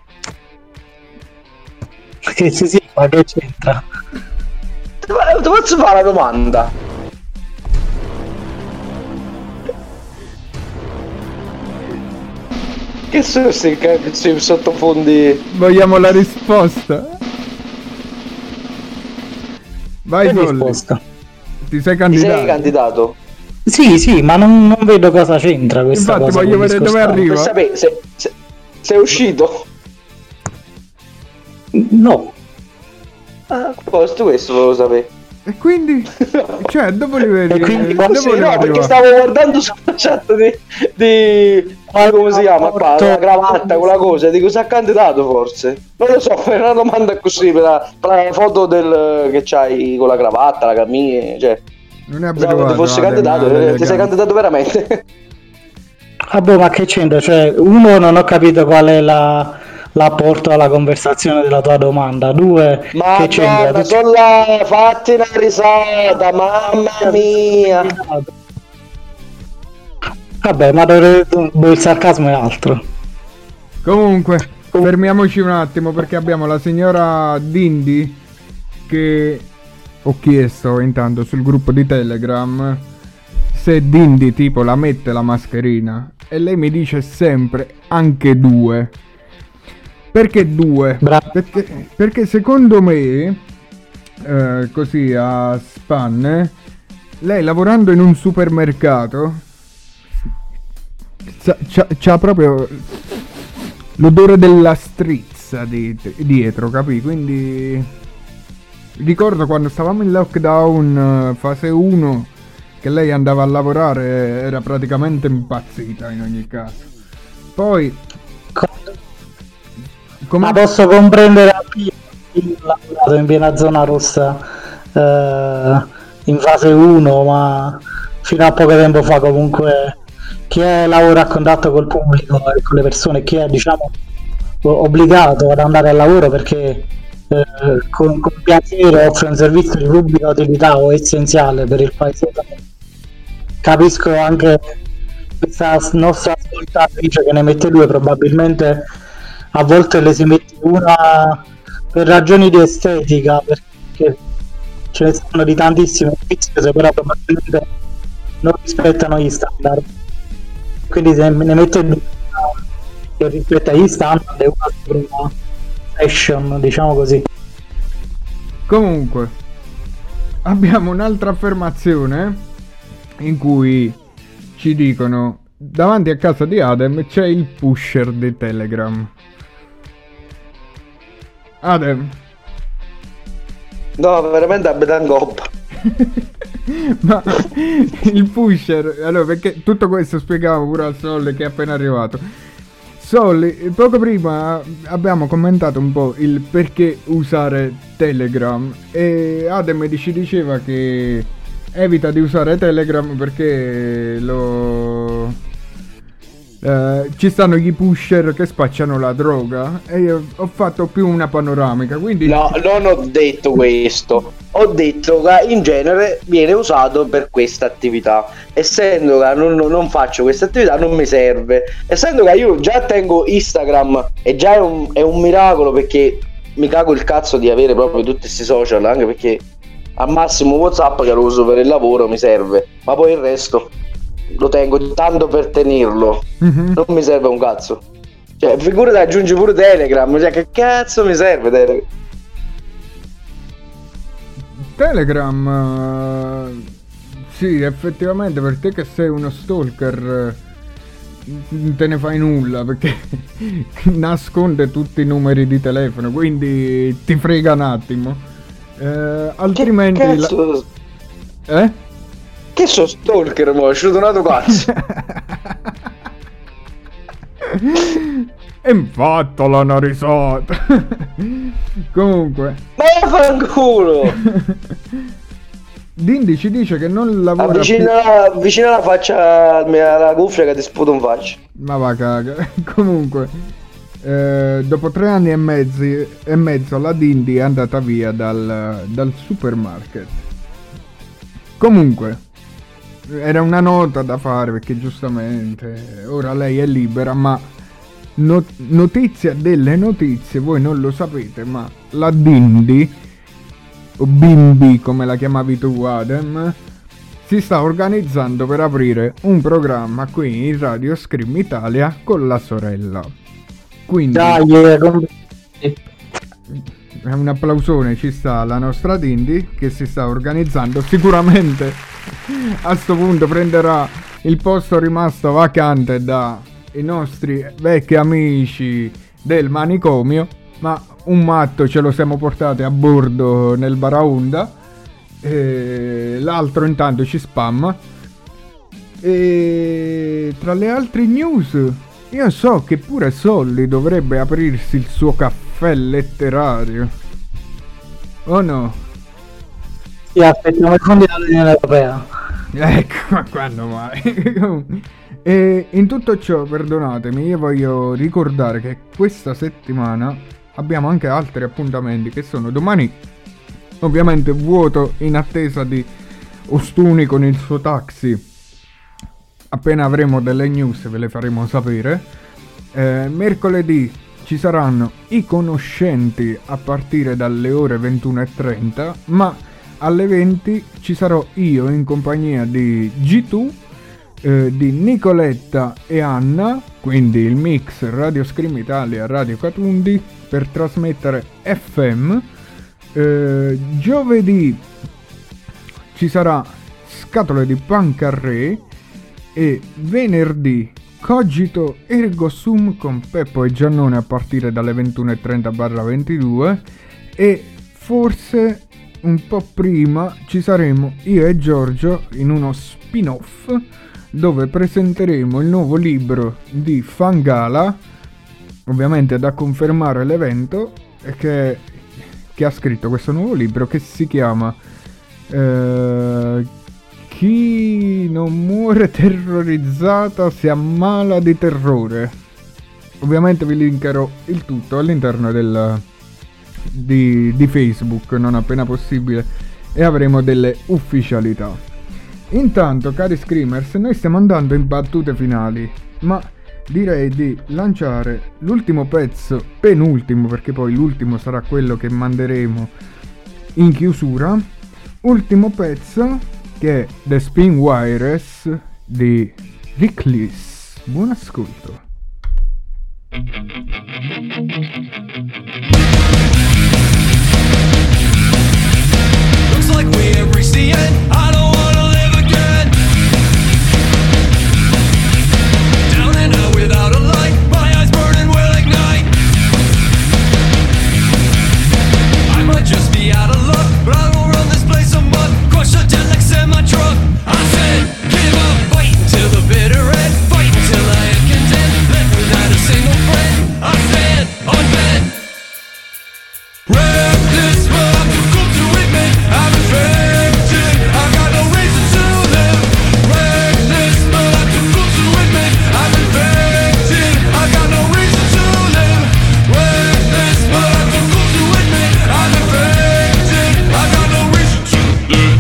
Che sì, ma che c'entra? Ti posso fare la domanda? Che sono questi sottofondi? Vogliamo la risposta? Vai, Solly. Ti sei candidato? Ti sei candidato? Sì, ma non vedo cosa c'entra questa Infatti, cosa. voglio vedere dove arriva. Per sapere, sei uscito? No. Ah, questo volevo sapere. E quindi? Cioè, dopo li vedi? E quindi perché stavo guardando sulla chat di come si chiama qua, la cravatta, quella cosa, dico si è candidato forse? Non lo so, è una domanda così per la foto che c'hai con la cravatta, la camicia, cioè. Non è abituato. Ti fossi candidato, ti sei candidato veramente? Ma che c'entra? Cioè, uno, non ho capito qual è l'apporto alla conversazione della tua domanda. Due, Ma che c'entra? sono là, fatti una risata, mamma mia. Vabbè, ma il sarcasmo è altro. Comunque, fermiamoci un attimo perché abbiamo la signora Dindi che ho chiesto intanto sul gruppo di Telegram se Dindi tipo la mette la mascherina e lei mi dice sempre anche 2. Perché 2? Perché secondo me così a spanne lei lavorando in un supermercato c'ha proprio l'odore della strizza dietro, capì? Quindi ricordo quando stavamo in lockdown fase 1 che lei andava a lavorare, era praticamente impazzita in ogni caso. Poi ma posso comprendere lavorato in piena zona rossa in fase 1, ma fino a poco tempo fa comunque chi lavora a contatto col pubblico e con le persone, chi è diciamo obbligato ad andare al lavoro perché con piacere offre un servizio di pubblica utilità o essenziale per il paese. Capisco anche questa nostra ascoltatrice che ne mette 2, probabilmente a volte le si mette una per ragioni di estetica, perché ce ne sono di tantissime viziose, però probabilmente non rispettano gli standard, quindi se ne mette 2 che rispetta gli standard è una fashion, diciamo così. Comunque abbiamo un'altra affermazione in cui ci dicono davanti a casa di Adem c'è il pusher di Telegram. Adem, no, veramente abita in coppa. ma il pusher, allora, perché tutto questo spiegavo pure al Solly che è appena arrivato. Solly, poco prima abbiamo commentato un po' il perché usare Telegram e Adem ci diceva che evita di usare Telegram perché ci stanno gli pusher che spacciano la droga e io ho fatto più una panoramica, quindi no, non ho detto questo, ho detto che in genere viene usato per questa attività, essendo che non faccio questa attività non mi serve, essendo che io già tengo Instagram e già è un miracolo, perché mi cago il cazzo di avere proprio tutti questi social, anche perché al massimo WhatsApp che lo uso per il lavoro mi serve, ma poi il resto lo tengo tanto per tenerlo, non mi serve un cazzo. Cioè, figurati, aggiungi pure Telegram, cioè che cazzo mi serve Telegram? Sì, effettivamente per te che sei uno stalker non te ne fai nulla, perché nasconde tutti i numeri di telefono, quindi ti frega un attimo. Altrimenti che cazzo? Che so stalker, mo' ho sciutonato cazzo. E infatti la risata. Comunque, ma fanculo. Dindi ci dice che non lavora vicino alla faccia alla cuffia che ti sputo in faccia. Ma va caga. Comunque dopo 3 anni e mezzo la Dindi è andata via dal supermarket. Comunque era una nota da fare perché giustamente ora lei è libera, ma notizia delle notizie, voi non lo sapete, ma la Dindi, o Bimbi come la chiamavi tu Adem, si sta organizzando per aprire un programma qui in Radio Scream Italia con la sorella. Quindi un applausone ci sta la nostra Dindi che si sta organizzando, sicuramente a sto punto prenderà il posto rimasto vacante dai nostri vecchi amici del manicomio, ma un matto ce lo siamo portati a bordo nel Baraonda e l'altro intanto ci spamma. E tra le altre news io so che pure Solly dovrebbe aprirsi il suo caffè letterario, o no? Sì, aspettiamo i fondi dall'Unione Europea. Ecco, quando mai? E in tutto ciò, perdonatemi, io voglio ricordare che questa settimana abbiamo anche altri appuntamenti, che sono domani, ovviamente vuoto in attesa di Ostuni con il suo taxi. Appena avremo delle news ve le faremo sapere. Mercoledì ci saranno i conoscenti a partire dalle ore 21:30, ma alle 20 ci sarò io in compagnia di G2, di Nicoletta e Anna, quindi il mix Radio Scream Italia, Radio Catundi, per trasmettere FM. Giovedì ci sarà Scatole di Pancarré e venerdì Cogito Ergo Sum con Peppo e Giannone a partire dalle 21:30/22 e forse un po' prima ci saremo io e Giorgio in uno spin-off dove presenteremo il nuovo libro di Fangala, ovviamente da confermare l'evento, e che ha scritto questo nuovo libro che si chiama Chi non muore terrorizzata si ammala di terrore. Ovviamente vi linkerò il tutto all'interno di Facebook non appena possibile e avremo delle ufficialità. Intanto, cari Screamers, noi stiamo andando in battute finali, ma direi di lanciare l'ultimo pezzo, penultimo, perché poi l'ultimo sarà quello che manderemo in chiusura. Ultimo pezzo, che è The Spin Virus di Ricklis. Buon ascolto. Looks like we have reached the end. I don't wanna live again. Down and out without a light. My eyes burning will ignite. I might just be out of luck, but I will run this place a month. Crush the jet like semi truck. I said, give up, fight until the bitter end. Fight until I am content. Left without a single friend. I stand on bed. Reckless, but I'm too cool to admit I'm infected. I got no reason to live. Reckless, but I'm too cool to admit I'm infected. I got no reason to live. Reckless, but I'm too cool to admit I'm infected. I got no reason to live.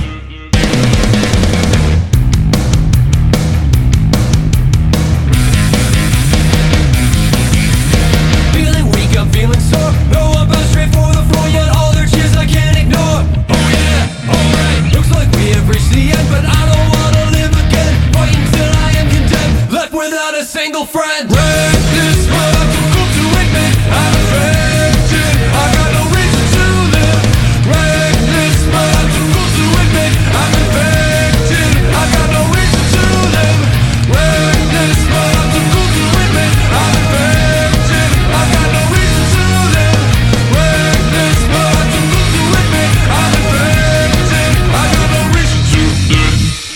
Feeling weak, I'm feeling sore. No, I'm bound straight for the floor, yet all their cheers I can't ignore. Oh yeah, alright. Looks like we have reached the end, but I don't wanna live again. Fighting till I am condemned, left without a single friend. Reckless, but I'm too cool to admit I'm infected. I got no reason to live. Reckless, but I'm too cool to admit I'm infected. I got no reason to live. Reckless, but I'm too cool to admit I'm infected. I got no reason to live. Reckless, but I'm too cool to admit I'm infected. I got no reason to live.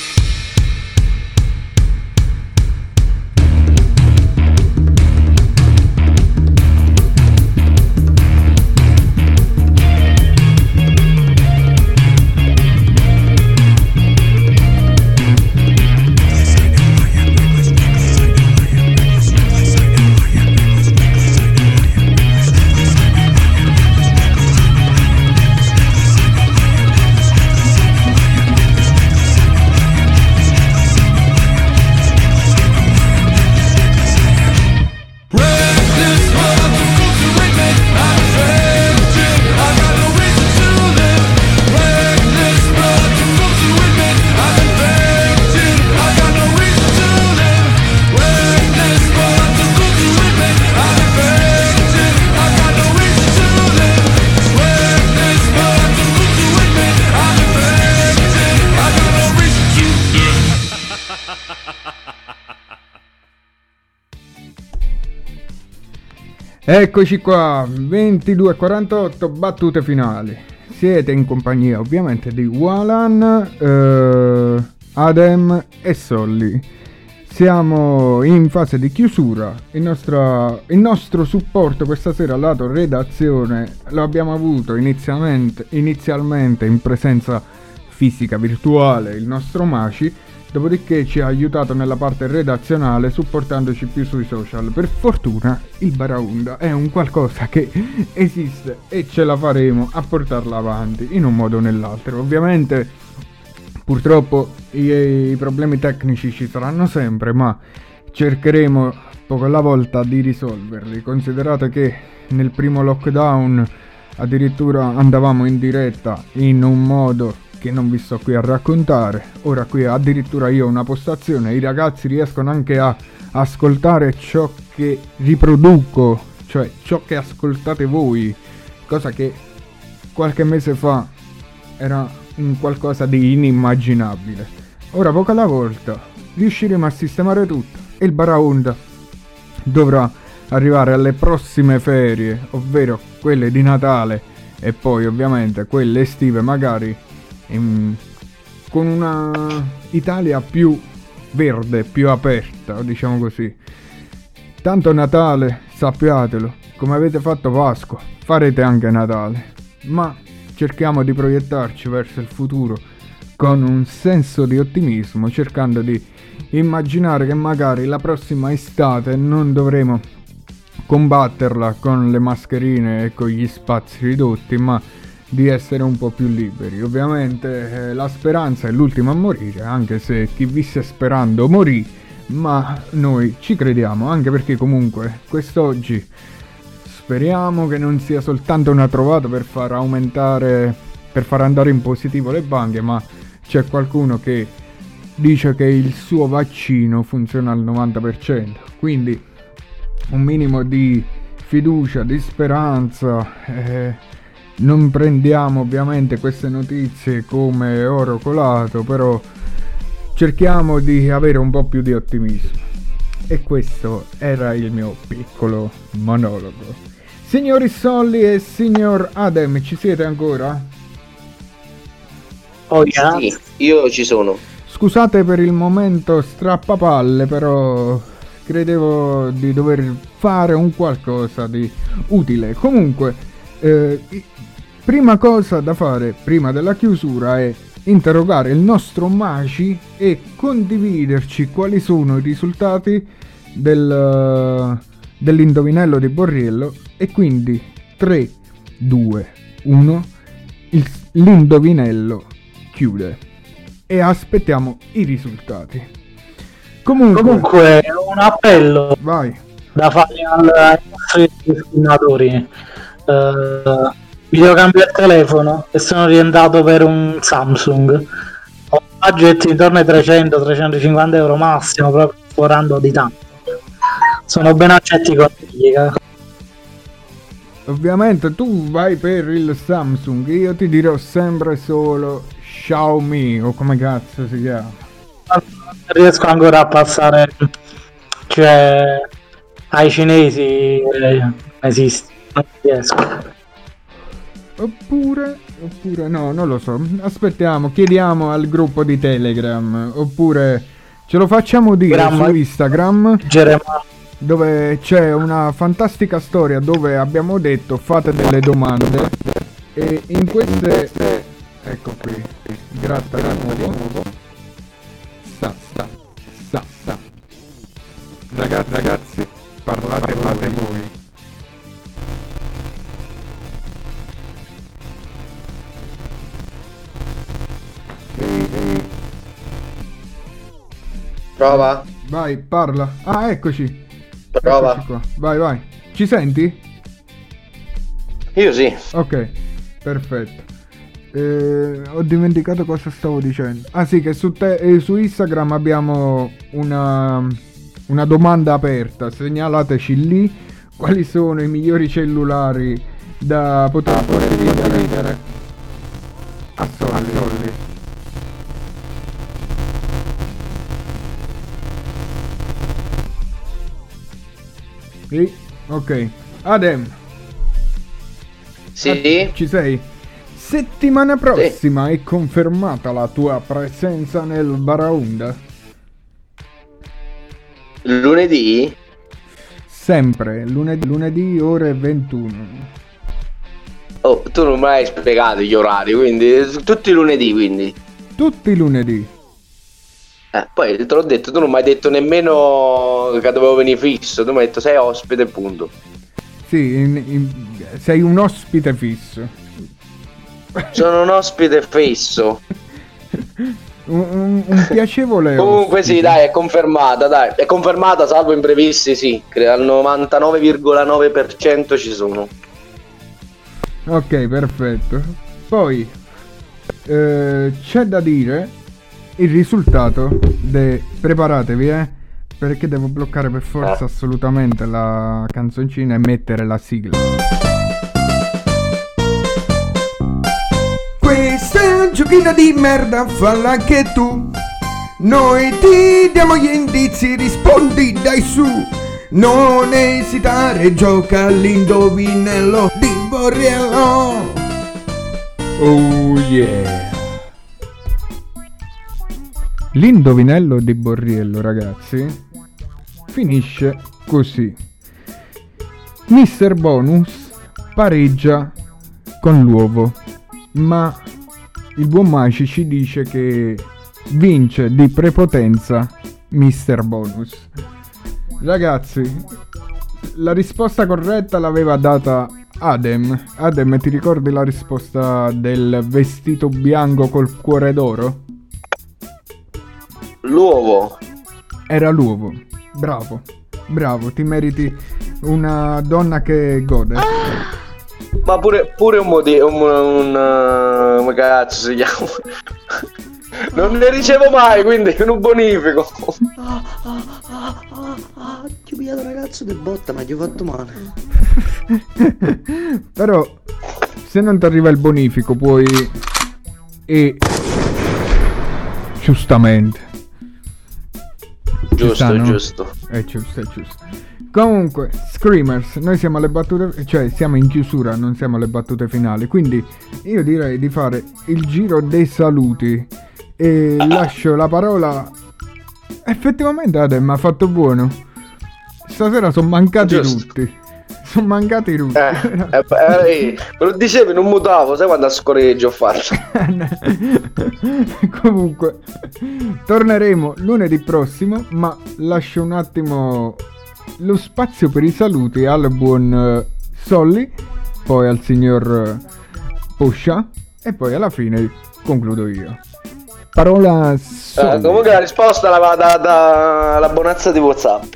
Eccoci qua, 22:48, battute finali. Siete in compagnia ovviamente di Walan, Adem e Solly. Siamo in fase di chiusura. Il nostro supporto questa sera lato redazione lo abbiamo avuto inizialmente in presenza fisica virtuale, il nostro Maci, dopodiché ci ha aiutato nella parte redazionale supportandoci più sui social. Per fortuna il Baraonda è un qualcosa che esiste e ce la faremo a portarla avanti in un modo o nell'altro. Ovviamente purtroppo i problemi tecnici ci saranno sempre, ma cercheremo poco alla volta di risolverli. Considerate che nel primo lockdown addirittura andavamo in diretta in un modo che non vi sto qui a raccontare. Ora qui addirittura io ho una postazione, i ragazzi riescono anche a ascoltare ciò che riproduco, cioè ciò che ascoltate voi, cosa che qualche mese fa era un qualcosa di inimmaginabile. Ora poco alla volta riusciremo a sistemare tutto e il Baraonda dovrà arrivare alle prossime ferie, ovvero quelle di Natale e poi ovviamente quelle estive, magari con una Italia più verde, più aperta, diciamo così. Tanto Natale, sappiatelo, come avete fatto Pasqua, farete anche Natale, ma cerchiamo di proiettarci verso il futuro con un senso di ottimismo, cercando di immaginare che magari la prossima estate non dovremo combatterla con le mascherine e con gli spazi ridotti, ma di essere un po' più liberi. Ovviamente la speranza è l'ultima a morire, anche se chi visse sperando morì, ma noi ci crediamo, anche perché comunque quest'oggi speriamo che non sia soltanto una trovata per far aumentare, per far andare in positivo le banche, ma c'è qualcuno che dice che il suo vaccino funziona al 90%, quindi un minimo di fiducia, di speranza. Non prendiamo ovviamente queste notizie come oro colato, però cerchiamo di avere un po' più di ottimismo. E questo era il mio piccolo monologo. Signori Solli e signor Adem, ci siete ancora? Oh yeah. Sì, io ci sono. Scusate per il momento strappapalle, però credevo di dover fare un qualcosa di utile. Comunque, prima cosa da fare prima della chiusura è interrogare il nostro Maci e condividerci quali sono i risultati dell'indovinello di Borriello. E quindi 3, 2, 1, l'indovinello chiude e aspettiamo i risultati. Comunque un appello vai da fare ai nostri ascoltatori. Videocambio il telefono e sono rientrato per un Samsung. Ho un budget intorno ai 300-350 euro massimo, proprio sforando di tanto. Sono ben accetti consigli. Ovviamente tu vai per il Samsung, io ti dirò sempre solo Xiaomi o come cazzo si chiama. Non riesco ancora a passare, cioè ai cinesi esiste, non riesco. Oppure no, non lo so, aspettiamo, chiediamo al gruppo di Telegram, oppure ce lo facciamo dire su Instagram, dove c'è una fantastica storia dove abbiamo detto fate delle domande e in queste, ecco qui, gratta di nuovo, ragazzi, parlate voi. Prova. Vai, parla. Ah, eccoci. Prova. Eccoci qua. Vai. Ci senti? Io sì. Ok, perfetto. Ho dimenticato cosa stavo dicendo. Ah sì, che su Instagram abbiamo una domanda aperta. Segnalateci lì quali sono i migliori cellulari da poter condividere a Solli. Sì, ok. Adem. Sì. Ci sei? Settimana prossima è confermata la tua presenza nel Baraonda? Lunedì? Sempre, lunedì ore 21. Oh, tu non mi hai spiegato gli orari, quindi tutti i lunedì, quindi. tutti i lunedì. Poi te l'ho detto, tu non mi hai detto nemmeno che dovevo venire fisso, tu mi hai detto sei ospite, punto. Sì, sei un ospite fisso. Sono un ospite fisso. un piacevole Comunque ospite. sì, dai, è confermata, salvo imprevisti, sì, al 99,9% ci sono. Ok, perfetto. Poi c'è da dire il risultato preparatevi, perché devo bloccare per forza assolutamente la canzoncina e mettere la sigla. Questa è un giochino di merda, falla anche tu. Noi ti diamo gli indizi, rispondi dai su. Non esitare, gioca all'indovinello di Borriello. Oh yeah. L'indovinello di Borriello, ragazzi, finisce così. Mr. Bonus pareggia con l'uovo, ma il buon Maci ci dice che vince di prepotenza Mr. Bonus. Ragazzi, la risposta corretta l'aveva data Adem. Adem, ti ricordi la risposta del vestito bianco col cuore d'oro? L'uovo. Era l'uovo. Bravo, ti meriti una donna che gode. Ma pure un come cazzo si chiama? Non ne ricevo mai, quindi un bonifico. Ti ho pigliato ragazzo del botta, ma ti ho fatto male. Però se non ti arriva il bonifico puoi giustamente. Giusto. È giusto. Comunque, Screamers, noi siamo alle battute, cioè siamo in chiusura, non siamo alle battute finali, quindi io direi di fare il giro dei saluti e lascio la parola. Effettivamente Adem ha fatto buono. Stasera sono mancati tutti. Me lo dicevi, non mutavo, sai quando a scoreggio ho fatto. Comunque torneremo lunedì prossimo, ma lascio un attimo lo spazio per i saluti al buon Solly, poi al signor Poscia e poi alla fine concludo io. Parola Solly. Comunque la risposta la va dalla bonanza di WhatsApp.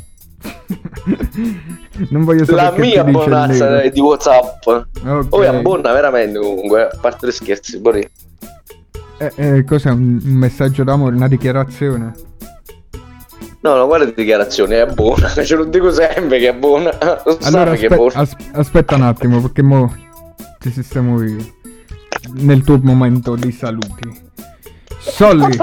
Non voglio sapere la mia bonanza di WhatsApp. Okay. Poi abbonna veramente, comunque, a parte gli scherzi, Borri. Cos'è un messaggio d'amore, una dichiarazione? No, guarda le dichiarazioni, è buona, ce lo dico sempre che è buona. Allora aspetta un attimo, perché mo ti sistemo io nel tuo momento di saluti. Solly.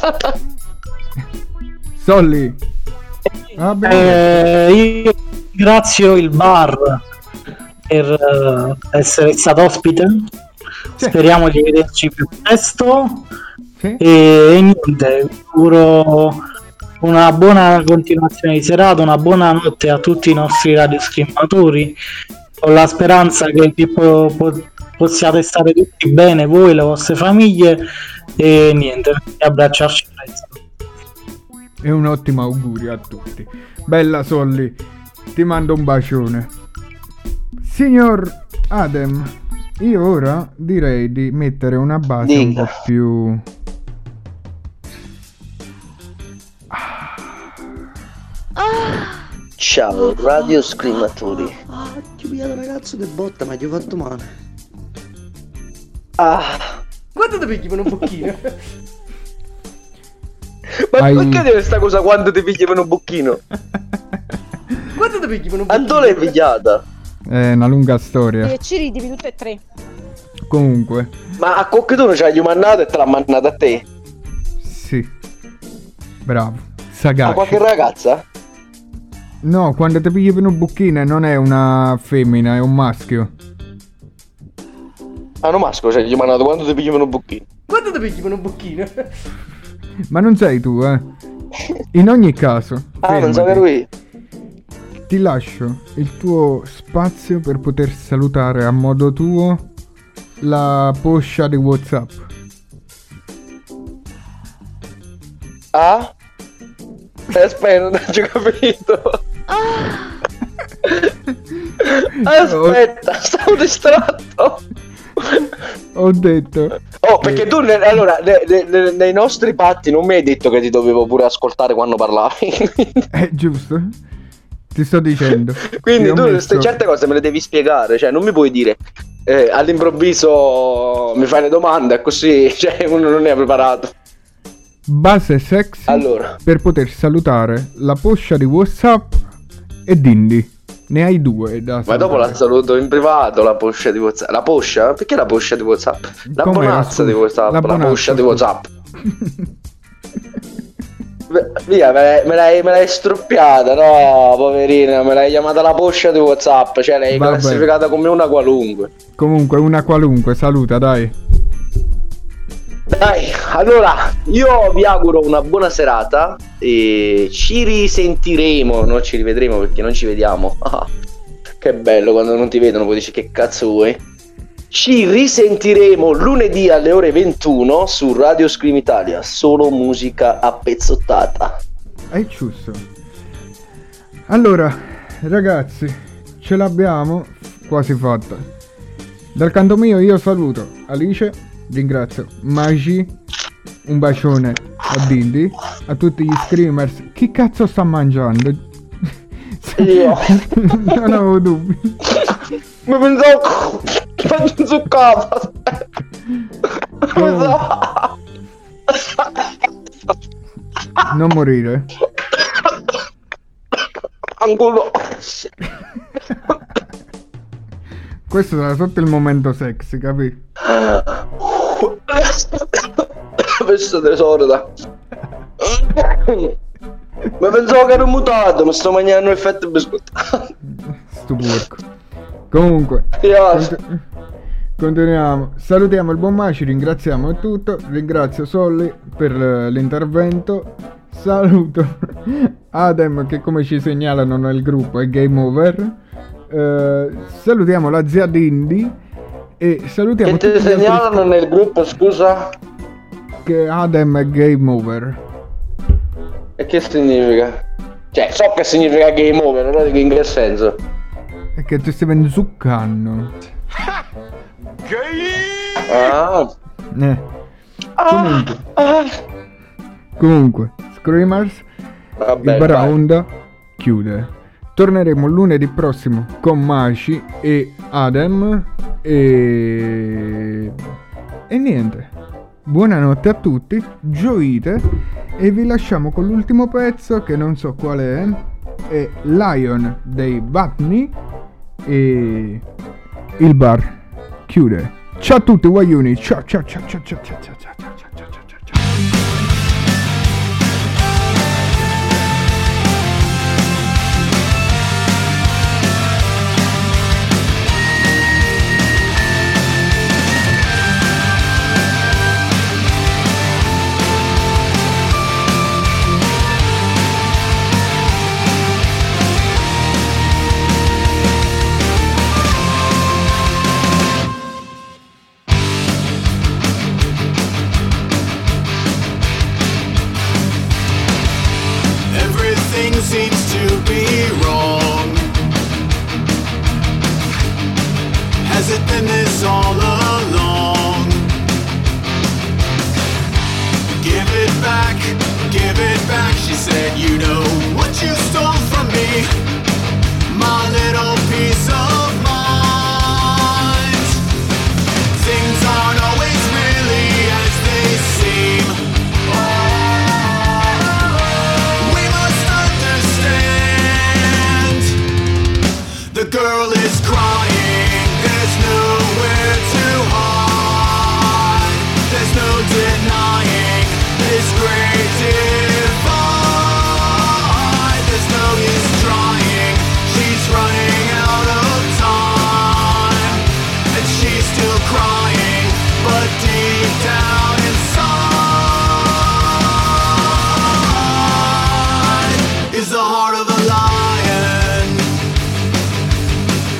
Io ringrazio il bar per essere stato ospite. Sì. Speriamo di vederci più presto. Sì. E niente, vi auguro una buona continuazione di serata, una buona notte a tutti i nostri radioscrimatori, con la speranza che possiate stare tutti bene, voi e le vostre famiglie, e niente, abbracciarci presto. E un ottimo augurio a tutti. Bella Solly, ti mando un bacione. Signor Adem, io ora direi di mettere una base un po' più... Ciao radioscrimatori. Ti ho pigliato ragazzo del botta, ma ti ho fatto male. Quanto ti pigli per un bocchino? Ma perché deve sta cosa quando ti pigli per un bocchino? Quanto ti pigli per un bocchino? Dove l'hai pigliata? È una lunga storia. Ci ridivi tutte e tre. Comunque. Ma a Cocchetuno c'hai mandato e te l'ha mandata a te? Sì. Bravo. Sagace. A qualche ragazza? No, quando ti pigli per un bocchino non è una femmina, è un maschio. Ah, un maschio, cioè gli ho mandato quando ti pigli per un bocchino. Quanto ti pigli per un bocchino? Ma non sei tu, In ogni caso. Non so che lui. Ti lascio il tuo spazio per poter salutare a modo tuo la poscia di WhatsApp. Ah? Aspetta, non ho già capito. Aspetta, stavo distratto. Ho detto. Oh, perché tu allora nei nostri patti non mi hai detto che ti dovevo pure ascoltare quando parlavi. Giusto? Ti sto dicendo. Quindi tu certe cose me le devi spiegare, cioè non mi puoi dire all'improvviso mi fai le domande così, cioè uno non è preparato. Base sexy allora, per poter salutare la poscia di WhatsApp e Dindy. Ne hai due da salutare. Ma dopo la saluto in privato la poscia di WhatsApp. La poscia? Perché la poscia di WhatsApp? La bonazza di WhatsApp, la poscia di WhatsApp. Via, me l'hai struppiata, no, poverina, me l'hai chiamata la poscia di WhatsApp, cioè l'hai classificata come una qualunque. Comunque, una qualunque, saluta, dai. Dai, allora, io vi auguro una buona serata e ci risentiremo, non ci rivedremo perché non ci vediamo. Che bello quando non ti vedono, poi dici che cazzo vuoi. Ci risentiremo lunedì alle ore 21 su Radio Scream Italia, solo musica appezzottata. È giusto. Allora, ragazzi, ce l'abbiamo quasi fatta. Dal canto mio io saluto Alice, ringrazio Magi, un bacione a Dindy, a tutti gli screamers. Chi cazzo sta mangiando? Io non avevo dubbi. Mi pensavo faccio zuccato. Non morire. Angulo. Questo sarà sotto il momento sexy, capì? Questo tesoro da. Ma pensavo che ero mutato, ma sto mangiando effetto biscotto. Sto porco. Comunque continuiamo. Salutiamo il buon Maci, ringraziamo tutto. Ringrazio Solly per l'intervento. Saluto Adem che come ci segnalano nel gruppo è game over. Salutiamo la zia Dindy e salutiamo che ti segnalano nel gruppo, scusa? Che Adem è game over. E che significa? Cioè, so che significa game over, non è che in che senso? È che ti stai zuccando. Comunque Screamers, vabbè, il Baraonda chiude. Torneremo lunedì prossimo con Maci e Adem e niente. Buonanotte a tutti, gioite e vi lasciamo con l'ultimo pezzo che non so qual è Lion dei Batni e il bar chiude. Ciao a tutti guaglioni, ciao ciao ciao ciao ciao ciao ciao ciao ciao ciao ciao ciao. Seems to be wrong. Has it been this all along? Give it back, she said. You know what you stole from me, my little piece of mind. Things aren't always really as they seem. The girl is crying, there's nowhere to hide. There's no denying this great divide. There's no use trying, she's running out of time. And she's still crying, but deep down inside is the heart of a lion.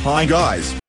Hi guys,